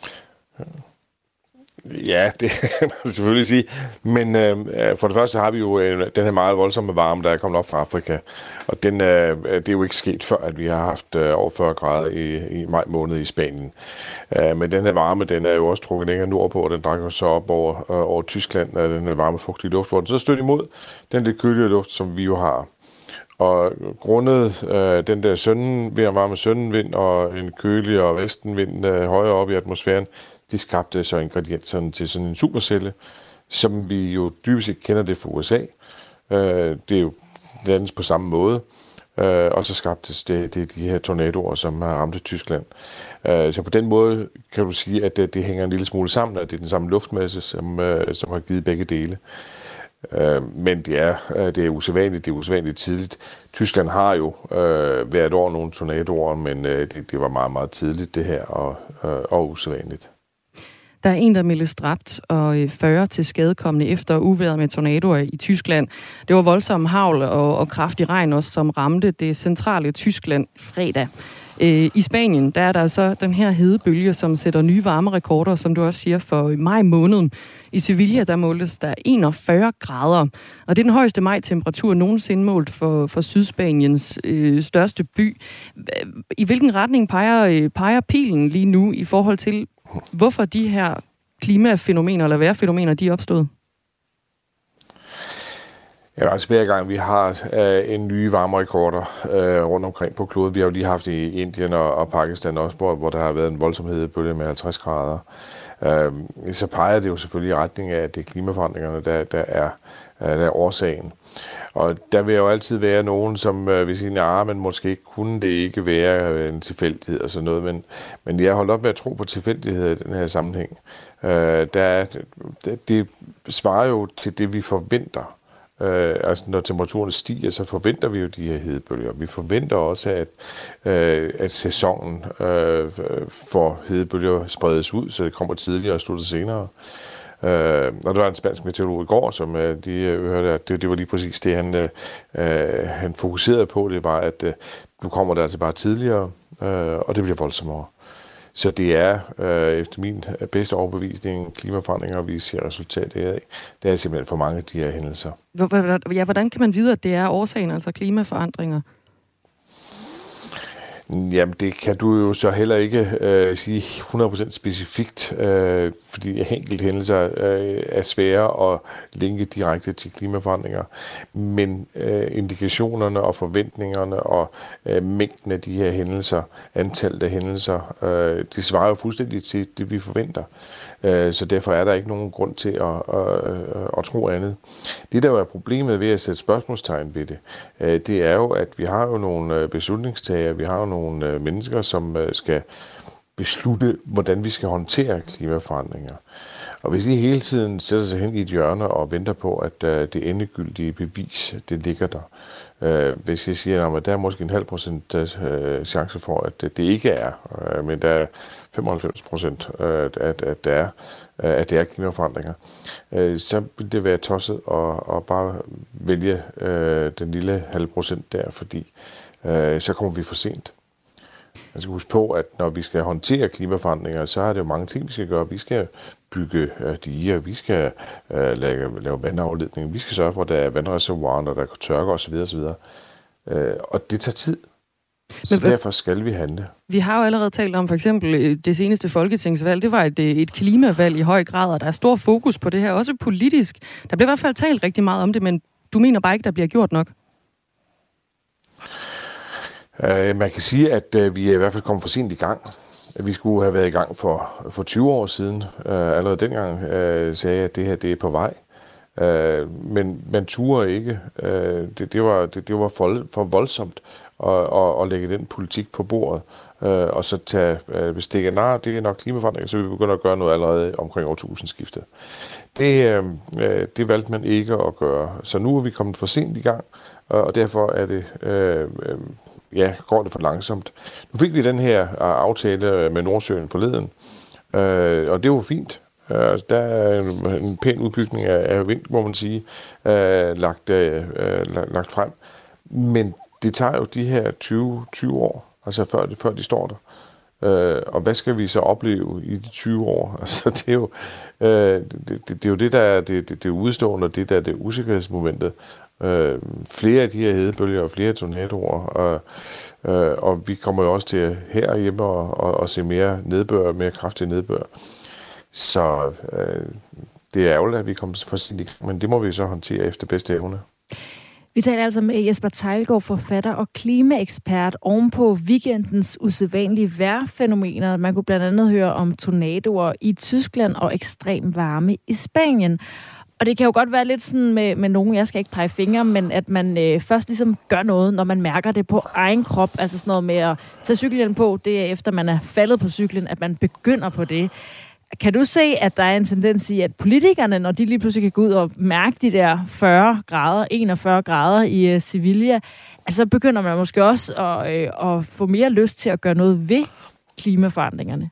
Ja, det kan man selvfølgelig sige. Men for det første har vi jo den her meget voldsomme varme, der er kommet op fra Afrika. Og det er jo ikke sket før, at vi har haft over 40 grader i maj måned i Spanien. Men den her varme, den er jo også trukket længere nordpå, og den drækker så op over Tyskland, den her varme fugtige luft, hvor den så støtter imod den lidt kølige luft, som vi jo har. Og grundet den der varme søndenvind og en kølig og vestenvind højere op i atmosfæren, de skabte så ingredienserne til sådan en supercelle, som vi jo dybest set kender det fra USA. Det er jo landet på samme måde. Og så skabtes det de her tornadoer, som har ramt Tyskland. Så på den måde kan du sige, at det hænger en lille smule sammen, og det er den samme luftmasse, som har givet begge dele. Men det er usædvanligt, det er usædvanligt tidligt. Tyskland har jo hvert år nogle tornadoer, men det var meget, meget tidligt det her, og usædvanligt. Der er en, der meldes dræbt og 40 til skadekommende efter uvejret med tornadoer i Tyskland. Det var voldsom hagl og kraftig regn også, som ramte det centrale Tyskland fredag. I Spanien, der er der så den her hedebølge, som sætter nye varmerekorder, som du også siger, for maj måned. I Sevilla, der måles der 41 grader, og det er den højeste majtemperatur nogensinde målt for Sydspaniens største by. I hvilken retning peger pilen lige nu i forhold til, hvorfor de her klimafænomener eller vejrfænomener, de er opstået? Ja, altså hver gang vi har en nye varmerekorder rundt omkring på kloden, vi har jo lige haft i Indien og Pakistan også, hvor der har været en voldsomhed på med 50 grader, så peger det jo selvfølgelig i retning af, at det er klimaforandringerne, der er årsagen. Og der vil jo altid være nogen, som vil sige, men måske kunne det ikke være en tilfældighed og sådan noget, men jeg har holdt op med at tro på tilfældighed i den her sammenhæng. Det svarer jo til det, vi forventer. Altså når temperaturen stiger, så forventer vi jo de her hedebølger. Vi forventer også, at sæsonen for hedebølger spredes ud, så det kommer tidligere og slutter senere. Og der var en spansk meteorolog i går, som de hørte, at det var lige præcis det, han fokuserede på. Det var, at nu kommer det altså bare tidligere, og det bliver voldsommere. Så det er efter min bedste overbevisning klimaforandringer, vi ser resultatet af. Det er simpelthen for mange af de her hændelser. Hvordan kan man vide, at det er årsagen, altså klimaforandringer? Jamen, det kan du jo så heller ikke sige 100% specifikt, fordi enkelte hændelser er svære at linke direkte til klimaforandringer. Men indikationerne og forventningerne og mængden af de her hændelser, antallet af hændelser, det svarer jo fuldstændig til det, vi forventer. Så derfor er der ikke nogen grund til at tro andet. Det, der jo er problemet ved at sætte spørgsmålstegn ved det, det er jo, at vi har jo nogle beslutningstagere, vi har jo nogle mennesker, som skal beslutte, hvordan vi skal håndtere klimaforandringer. Og hvis I hele tiden sætter sig hen i et hjørne og venter på, at det endegyldige bevis, det ligger der. Hvis jeg siger, at der er måske 0,5% chance for, at det ikke er, men der er 95%, at det er klimaforandringer, så vil det være tosset at bare vælge den lille 0,5% der, fordi så kommer vi for sent. Man skal huske på, at når vi skal håndtere klimaforandringer, så er det jo mange ting, vi skal gøre. Vi skal bygge diger, vi skal lave vandafledning, vi skal sørge for, at der er vandreservoirer, når der er tørke osv. Og det tager tid. Så derfor skal vi handle. Vi har jo allerede talt om for eksempel det seneste folketingsvalg. Det var et klimavalg i høj grad, og der er stor fokus på det her, også politisk. Der bliver i hvert fald talt rigtig meget om det, men du mener bare ikke, der bliver gjort nok? Man kan sige, at vi er i hvert fald kommet for sent i gang. Vi skulle have været i gang for 20 år siden. Allerede dengang sagde jeg, at det her det er på vej. Men man turde ikke. Det var for voldsomt at lægge den politik på bordet. Og så tage bestikket, det er nok klimaforandring, så vi begynder at gøre noget allerede omkring årtusindskiftet. Det valgte man ikke at gøre. Så nu er vi kommet for sent i gang, og derfor er det... går det for langsomt. Nu fik vi den her aftale med Nordsøen forleden, og det var fint. Der er en pæn udbygning af vind, må man sige, lagt frem. Men det tager jo de her 20 år, altså før de står der. Og hvad skal vi så opleve i de 20 år? Altså, det er jo det, der er det udstående, og det der er det usikkerhedsmomentet. Flere af de her hedebølger og flere tornadoer, og vi kommer jo også til herhjemme og se mere nedbør, mere kraftig nedbør. Så det er ærgerligt, at vi kommer for sent i gang, men det må vi så håndtere efter bedste evne. Vi taler altså med Jesper Theilgaard, forfatter og klimaekspert, ovenpå weekendens usædvanlige vejrfænomener. Man kunne blandt andet høre om tornadoer i Tyskland og ekstrem varme i Spanien. Og det kan jo godt være lidt sådan med nogen, jeg skal ikke pege fingre, men at man først ligesom gør noget, når man mærker det på egen krop. Altså sådan noget med at tage cyklen på, det er efter man er faldet på cyklen, at man begynder på det. Kan du se, at der er en tendens i, at politikerne, når de lige pludselig kan gå ud og mærke de der 41 grader i Sevilla, altså begynder man måske også at få mere lyst til at gøre noget ved klimaforandringerne?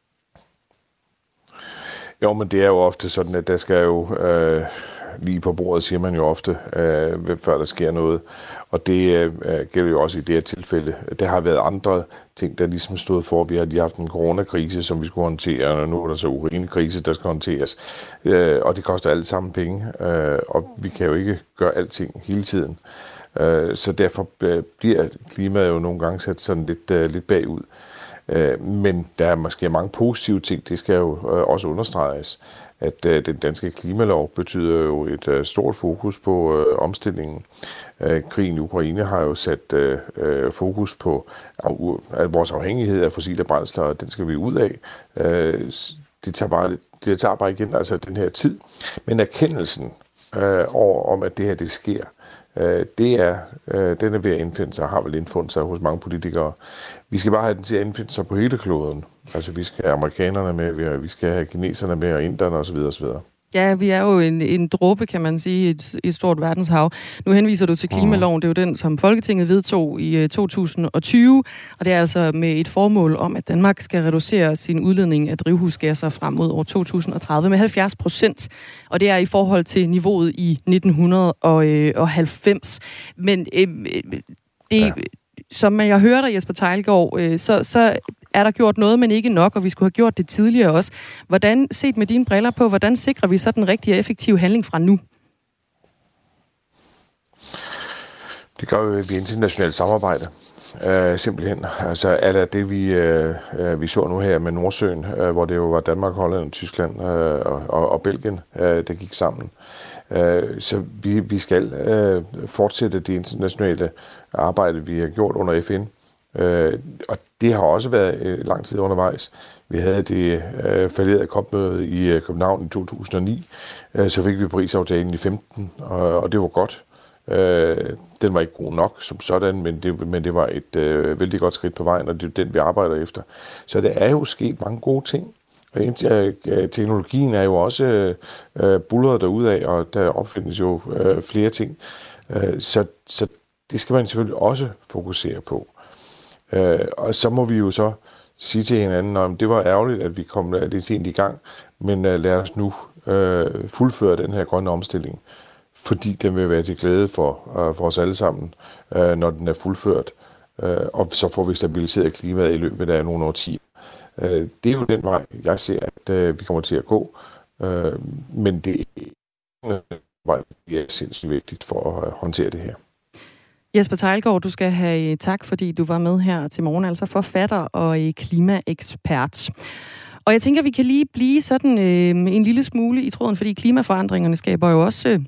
Jo, men det er jo ofte sådan, at der skal jo lige på bordet, siger man jo ofte, før der sker noget. Og det gælder jo også i det her tilfælde. Der har været andre ting, der ligesom stod for. Vi har lige haft en coronakrise, som vi skulle håndtere, og nu er der så Ukraine-krise, der skal håndteres. Og det koster alle sammen penge, og vi kan jo ikke gøre alting hele tiden. Så derfor bliver klimaet jo nogle gange sat sådan lidt bagud. Men der er måske mange positive ting, det skal jo også understreges, at den danske klimalov betyder jo et stort fokus på omstillingen. Krigen i Ukraine har jo sat fokus på at vores afhængighed af fossile brændsler, og den skal vi ud af. Det tager bare igen altså den her tid. Men erkendelsen om, at det her det sker, den er ved at indfinde sig, og har vel indfundet sig hos mange politikere. Vi skal bare have den til at indfinde sig på hele kloden. Altså vi skal have amerikanerne med, vi skal have kineserne med, og inderne osv. osv. Ja, vi er jo en dråbe, kan man sige, i et stort verdenshav. Nu henviser du til klimaloven. Det er jo den, som Folketinget vedtog i 2020. Og det er altså med et formål om, at Danmark skal reducere sin udledning af drivhusgasser frem mod år 2030 med 70%. Og det er i forhold til niveauet i 1990. Men som jeg hører dig, Jesper Theilgaard, så er der gjort noget, men ikke nok, og vi skulle have gjort det tidligere også. Hvordan, set med dine briller på, hvordan sikrer vi så den rigtige og effektive handling fra nu? Det gør vi ved internationalt samarbejde. Simpelthen. Altså alt det, vi så nu her med Nordsøen, hvor det jo var Danmark, Holland, Tyskland og Belgien, der gik sammen. Så vi skal fortsætte det internationale arbejde, vi har gjort under FN. Og det har også været lang tid undervejs. Vi havde det falderede COP-møde i København i 2009. Så fik vi Paris-aftalen i 2015, og det var godt. Den var ikke god nok som sådan, men det var et vældig godt skridt på vejen, og det er den, vi arbejder efter. Så der er jo sket mange gode ting. Og teknologien er jo også buldret derudad, og der opfindes jo flere ting. Så det skal man selvfølgelig også fokusere på. Og så må vi jo så sige til hinanden, at det var ærgerligt, at vi kom lidt sent i gang, men lad os nu fuldføre den her grønne omstilling, fordi den vil være til glæde for os alle sammen, når den er fuldført. Og så får vi stabiliseret klimaet i løbet af nogle årtier. Det er jo den vej, jeg ser, at vi kommer til at gå. Men det er sindssygt vigtigt for at håndtere det her. Jesper Theilgaard, du skal have tak, fordi du var med her til morgen, altså forfatter og klimaekspert. Og jeg tænker, vi kan lige blive sådan en lille smule i tråden, fordi klimaforandringerne skaber jo også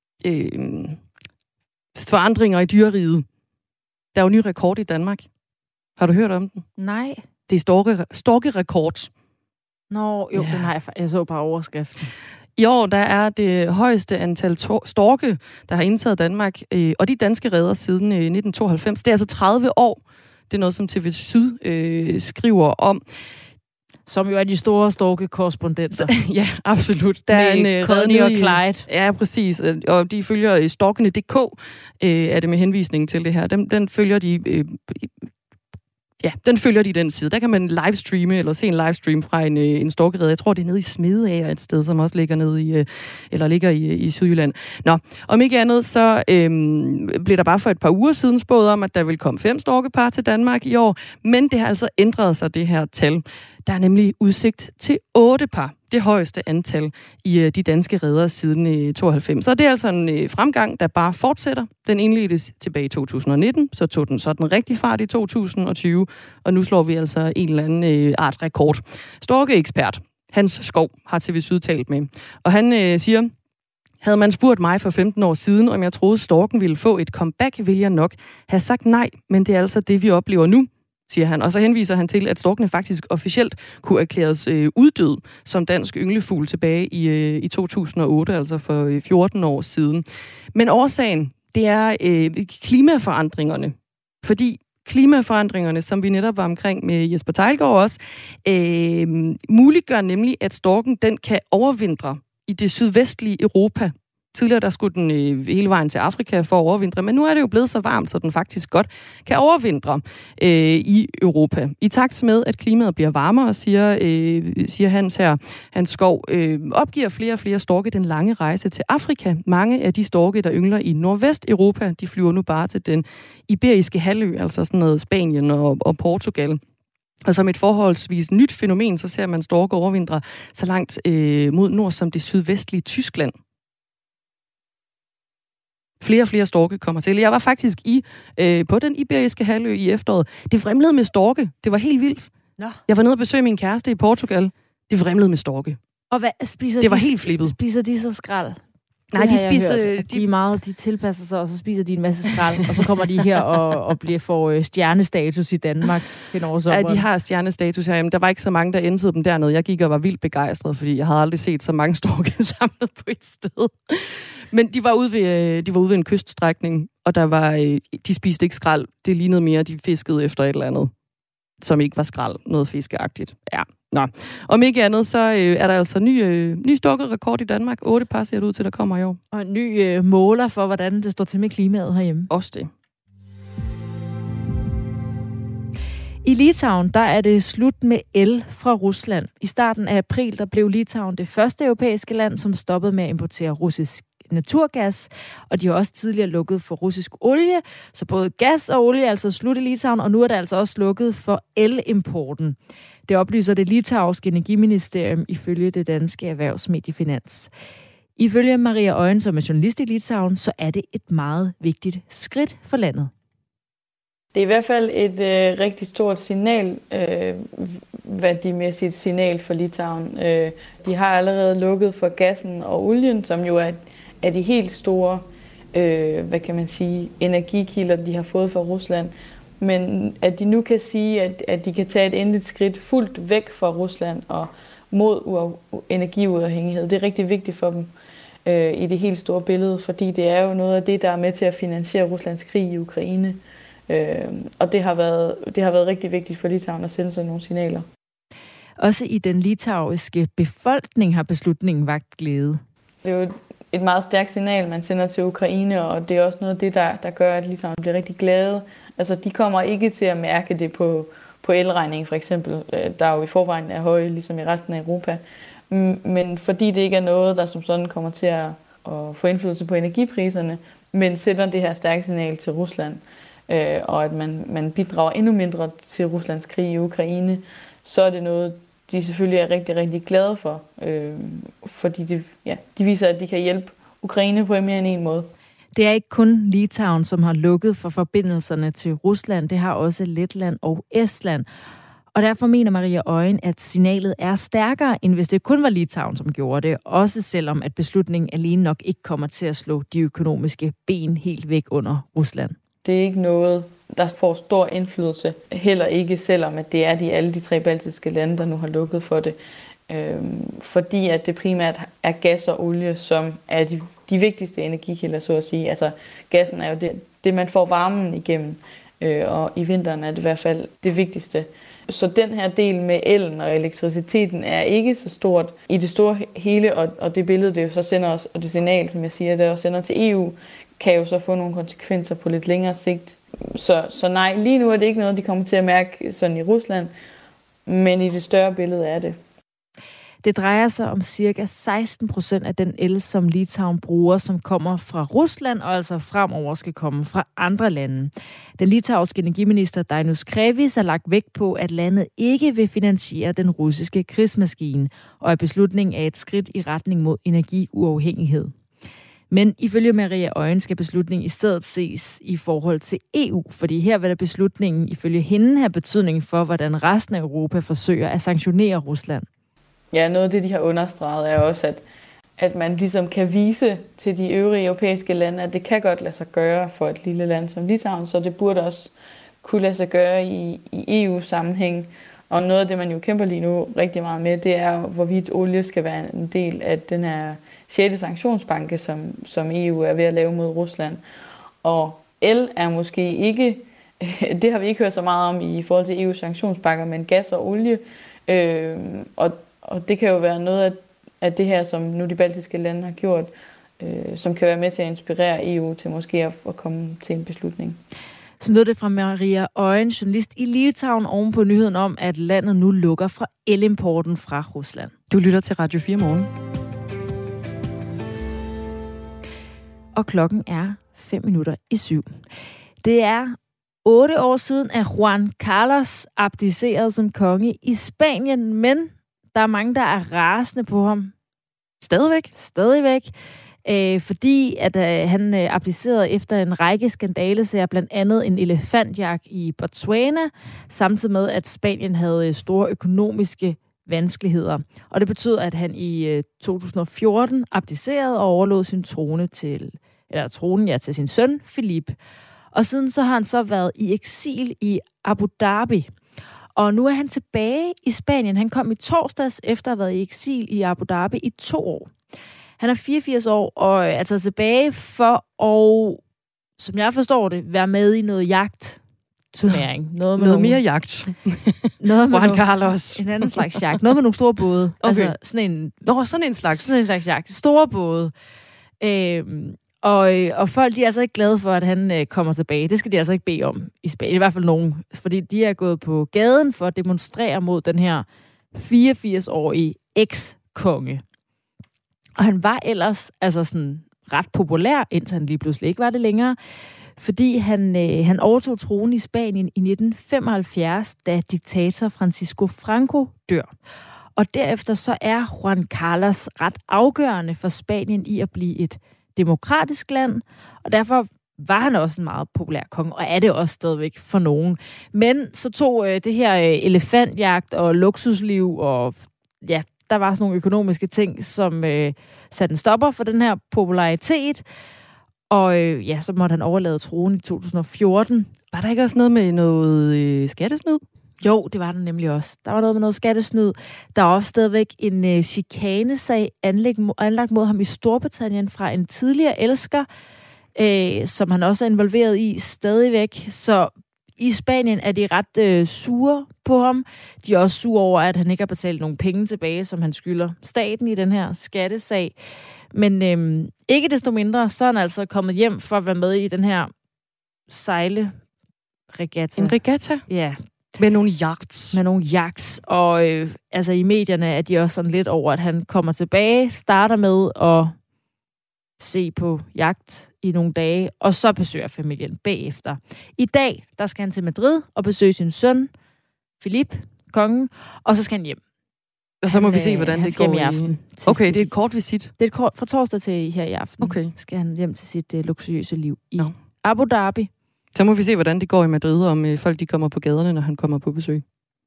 forandringer i dyreriget. Der er jo ny rekord i Danmark. Har du hørt om den? Nej. Det er storkerekord. Nå, jo, ja. Den har jeg så bare overskriften. I år, der er det højeste antal storke, der har indtaget Danmark, og de danske reder siden 1992. Det er altså 30 år. Det er noget, som TV Syd skriver om. Som jo er de store storkekorrespondenter. Ja, absolut. Der er en Connie og Clyde. Ja, præcis. Og de følger storkene.dk, er det med henvisning til det her. Den følger de... den følger de i den side. Der kan man livestreame, eller se en livestream fra en storkerede. Jeg tror, det er nede i Smedeager et sted, som også ligger nede ligger i Sydjylland. Nå, om ikke andet, så blev der bare for et par uger siden spået om, at der vil komme 5 storkepar til Danmark i år. Men det har altså ændret sig, det her tal. Der er nemlig udsigt til 8 par. Det højeste antal i de danske reder siden 92. Så det er altså en fremgang, der bare fortsætter. Den indledtes tilbage i 2019, så tog den sådan rigtig fart i 2020, og nu slår vi altså en eller anden art rekord. Storkeekspert Hans Skov har TV Syd talt med, og han siger, Havde man spurgt mig for 15 år siden, om jeg troede, storken ville få et comeback, ville jeg nok have sagt nej, men det er altså det, vi oplever nu, siger han. Og så henviser han til, at storkene faktisk officielt kunne erklæres uddød som dansk ynglefugl tilbage i 2008, altså for 14 år siden. Men årsagen, det er klimaforandringerne. Fordi klimaforandringerne, som vi netop var omkring med Jesper Theilgaard også, muliggør nemlig, at storken den kan overvintre i det sydvestlige Europa. Tidligere der skulle den hele vejen til Afrika for at overvintre, men nu er det jo blevet så varmt, så den faktisk godt kan overvintre i Europa. I takt med, at klimaet bliver varmere, siger Hans Skov, opgiver flere og flere storke den lange rejse til Afrika. Mange af de storke, der yngler i Nordvesteuropa, de flyver nu bare til den iberiske halvø, altså sådan noget Spanien og Portugal. Og som et forholdsvis nyt fænomen, så ser man storke overvintre så langt mod nord som det sydvestlige Tyskland. Flere og flere storke kommer til. Jeg var faktisk på den iberiske halvø i efteråret. Det vrimlede med storke. Det var helt vildt. Nå. Jeg var nede og besøge min kæreste i Portugal. Det vrimlede med storke. Og hvad spiser det var helt flippet. Spiser de så skrald? Nej, de spiser... De tilpasser sig, og så spiser de en masse skrald, og så kommer de her og får stjernestatus i Danmark hen over sommeren. Ja, de har stjernestatus her. Der var ikke så mange, der ænsede dem dernede. Jeg gik og var vildt begejstret, fordi jeg havde aldrig set så mange storke samlet på et sted. Men de var ude ved en kyststrækning, og de spiste ikke skrald. Det lignede mere, de fiskede efter et eller andet, som ikke var skrald. Noget fiskeagtigt. Ja. Nå. Om ikke andet, så er der altså ny storkerekord i Danmark. 8 par ser det ud til, der kommer i år. Og en ny måler for, hvordan det står til med klimaet herhjemme. Også det. I Litauen, der er det slut med el fra Rusland. I starten af april, der blev Litauen det første europæiske land, som stoppede med at importere russisk naturgas, og de har også tidligere lukket for russisk olie, så både gas og olie er altså slut i Litauen, og nu er der altså også lukket for elimporten. Det oplyser det litauiske energiministerium ifølge det danske erhvervsmedie Finans. Ifølge Maria Øjen, som er journalist i Litauen, så er det et meget vigtigt skridt for landet. Det er i hvert fald et rigtig stort signal, værdimæssigt signal for Litauen. De har allerede lukket for gassen og olien, som jo er de helt store energikilder, de har fået fra Rusland. Men at de nu kan sige, at de kan tage et endeligt skridt fuldt væk fra Rusland og mod energiuafhængighed, det er rigtig vigtigt for dem i det helt store billede, fordi det er jo noget af det, der er med til at finansiere Ruslands krig i Ukraine. Og det har været rigtig vigtigt for Litauen at sende sådan nogle signaler. Også i den litauiske befolkning har beslutningen vakt glæde. Det er jo et meget stærkt signal, man sender til Ukraine, og det er også noget af det, der gør, at Litauen bliver rigtig glade. Altså, de kommer ikke til at mærke det på elregningen, for eksempel, der jo i forvejen er høje, ligesom i resten af Europa. Men fordi det ikke er noget, der som sådan kommer til at få indflydelse på energipriserne, men sender det her stærke signal til Rusland, og at man bidrager endnu mindre til Ruslands krig i Ukraine, så er det noget, de selvfølgelig er rigtig, rigtig glade for, fordi de viser, at de kan hjælpe Ukraine på mere end en måde. Det er ikke kun Litauen, som har lukket for forbindelserne til Rusland. Det har også Letland og Estland. Og derfor mener Maria Øjen, at signalet er stærkere, end hvis det kun var Litauen, som gjorde det. Også selvom at beslutningen alene nok ikke kommer til at slå de økonomiske ben helt væk under Rusland. Det er ikke noget, der får stor indflydelse. Heller ikke, selvom at det er alle de 3 baltiske lande, der nu har lukket for det. Fordi at det primært er gas og olie, som er de vigtigste energikilder, så at sige. Altså gassen er jo det man får varmen igennem, og i vinteren er det i hvert fald det vigtigste. Så den her del med elen og elektriciteten er ikke så stort i det store hele, og det billede, det jo så sender os, og det signal, som jeg siger, det også sender til EU, kan jo så få nogle konsekvenser på lidt længere sigt. Så nej, lige nu er det ikke noget, de kommer til at mærke sådan i Rusland, men i det større billede er det. Det drejer sig om cirka 16% af den el, som Litauen bruger, som kommer fra Rusland, og altså fremover skal komme fra andre lande. Den litauiske energiminister Dainius Kreivys har lagt vægt på, at landet ikke vil finansiere den russiske krigsmaskine, og at beslutningen er et skridt i retning mod energiuafhængighed. Men ifølge Maria Øjen skal beslutningen i stedet ses i forhold til EU, fordi her vil der beslutningen ifølge hende have betydning for, hvordan resten af Europa forsøger at sanktionere Rusland. Ja, noget af det, de har understreget, er også, at man ligesom kan vise til de øvrige europæiske lande, at det kan godt lade sig gøre for et lille land som Litauen, så det burde også kunne lade sig gøre i EU-sammenhæng. Og noget af det, man jo kæmper lige nu rigtig meget med, det er, hvorvidt olie skal være en del af den her 6. sanktionsbanke, som EU er ved at lave mod Rusland. Og el er måske ikke, det har vi ikke hørt så meget om i forhold til EU's sanktionspakker, men gas og olie. Og det kan jo være noget af det her, som nu de baltiske lande har gjort, som kan være med til at inspirere EU til måske at komme til en beslutning. Så lød det fra Maria Øjen, journalist i Litauen, oven på nyheden om, at landet nu lukker fra elimporten fra Rusland. Du lytter til Radio 4 morgen. Og klokken er 7:05. Det er 8 år siden, at Juan Carlos abdicerede som konge i Spanien, men der er mange, der er rasende på ham. Stadigvæk. Fordi at han abdicerede efter en række skandalesager, blandt andet en elefantjagt i Botswana, samtidig med, at Spanien havde store økonomiske vanskeligheder. Og det betød, at han i 2014 abdicerede og overlod sin tronen til sin søn, Philippe. Og siden så har han så været i eksil i Abu Dhabi. Og nu er han tilbage i Spanien. Han kom i torsdags efter at have været i eksil i Abu Dhabi i 2 år. Han er 84 år og er taget tilbage for at, som jeg forstår det, være med i noget jagtturnering. Noget mere jagt. Juan Carlos. En anden slags jagt. Noget med nogle store både. Okay. Altså sådan en slags jagt. Store både. Og folk, de er altså ikke glade for, at han kommer tilbage. Det skal de altså ikke bede om i Spanien. I hvert fald nogen. Fordi de er gået på gaden for at demonstrere mod den her 84-årige eks-konge. Og han var ellers altså sådan ret populær, indtil han lige pludselig ikke var det længere. Fordi han overtog tronen i Spanien i 1975, da diktator Francisco Franco dør. Og derefter så er Juan Carlos ret afgørende for Spanien i at blive et demokratisk land, og derfor var han også en meget populær konge, og er det også stadigvæk for nogen. Men så tog det her elefantjagt og luksusliv, og ja, der var sådan nogle økonomiske ting, som satte en stopper for den her popularitet, og så måtte han overlade tronen i 2014. Var der ikke også noget med noget skattesnyd? Jo, det var der nemlig også. Der var noget med noget skattesnyd. Der er også stadigvæk en chikanesag anlagt mod ham i Storbritannien fra en tidligere elsker, som han også er involveret i stadigvæk. Så i Spanien er de ret sure på ham. De er også sure over, at han ikke har betalt nogle penge tilbage, som han skylder staten i den her skattesag. Men ikke desto mindre, så er han altså kommet hjem for at være med i den her sejleregatta. En regatta? Ja. Med nogle jagts. Og altså i medierne er de også sådan lidt over, at han kommer tilbage, starter med at se på jagt i nogle dage, og så besøger familien bagefter. I dag, der skal han til Madrid og besøge sin søn, Philippe, kongen, og så skal han hjem. Og så må vi se, hvordan det går i aften. Okay, det er et kort visit. Det er et kort fra torsdag til her i aften. Okay. Skal han hjem til sit luksuriøse liv i Abu Dhabi. Så må vi se, hvordan det går i Madrid, om folk de kommer på gaderne, når han kommer på besøg.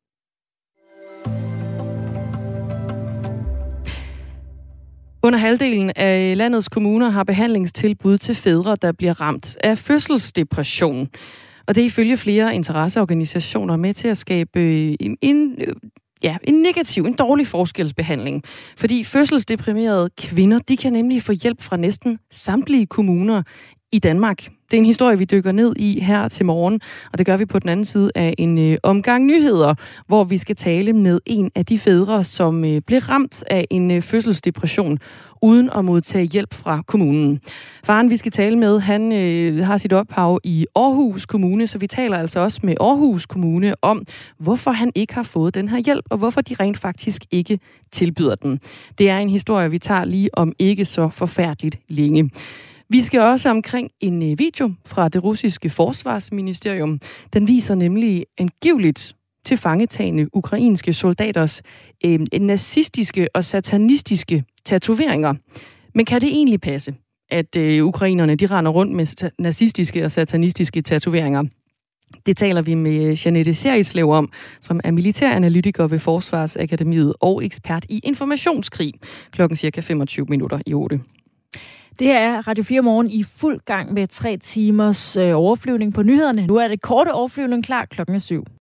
Under halvdelen af landets kommuner har behandlingstilbud til fædre, der bliver ramt af fødselsdepression. Og det er ifølge flere interesseorganisationer med til at skabe en dårlig forskelsbehandling. Fordi fødselsdeprimerede kvinder, de kan nemlig få hjælp fra næsten samtlige kommuner i Danmark. Det er en historie, vi dykker ned i her til morgen, og det gør vi på den anden side af en omgang nyheder, hvor vi skal tale med en af de fædre, som blev ramt af en fødselsdepression, uden at modtage hjælp fra kommunen. Faren, vi skal tale med, han har sit ophav i Aarhus Kommune, så vi taler altså også med Aarhus Kommune om, hvorfor han ikke har fået den her hjælp, og hvorfor de rent faktisk ikke tilbyder den. Det er en historie, vi tager lige om ikke så forfærdeligt længe. Vi skal også omkring en video fra det russiske forsvarsministerium. Den viser nemlig angiveligt tilfangetagende ukrainske soldaters nazistiske og satanistiske tatoveringer. Men kan det egentlig passe, at ukrainerne de render rundt med nazistiske og satanistiske tatoveringer? Det taler vi med Jeanette Serislev om, som er militæranalytiker ved Forsvarsakademiet og ekspert i informationskrig. Klokken cirka 25 minutter i 8. Det her er Radio 4 Morgen i fuld gang med 3 timers overflyvning på nyhederne. Nu er det korte overflyvning klar klokken 7.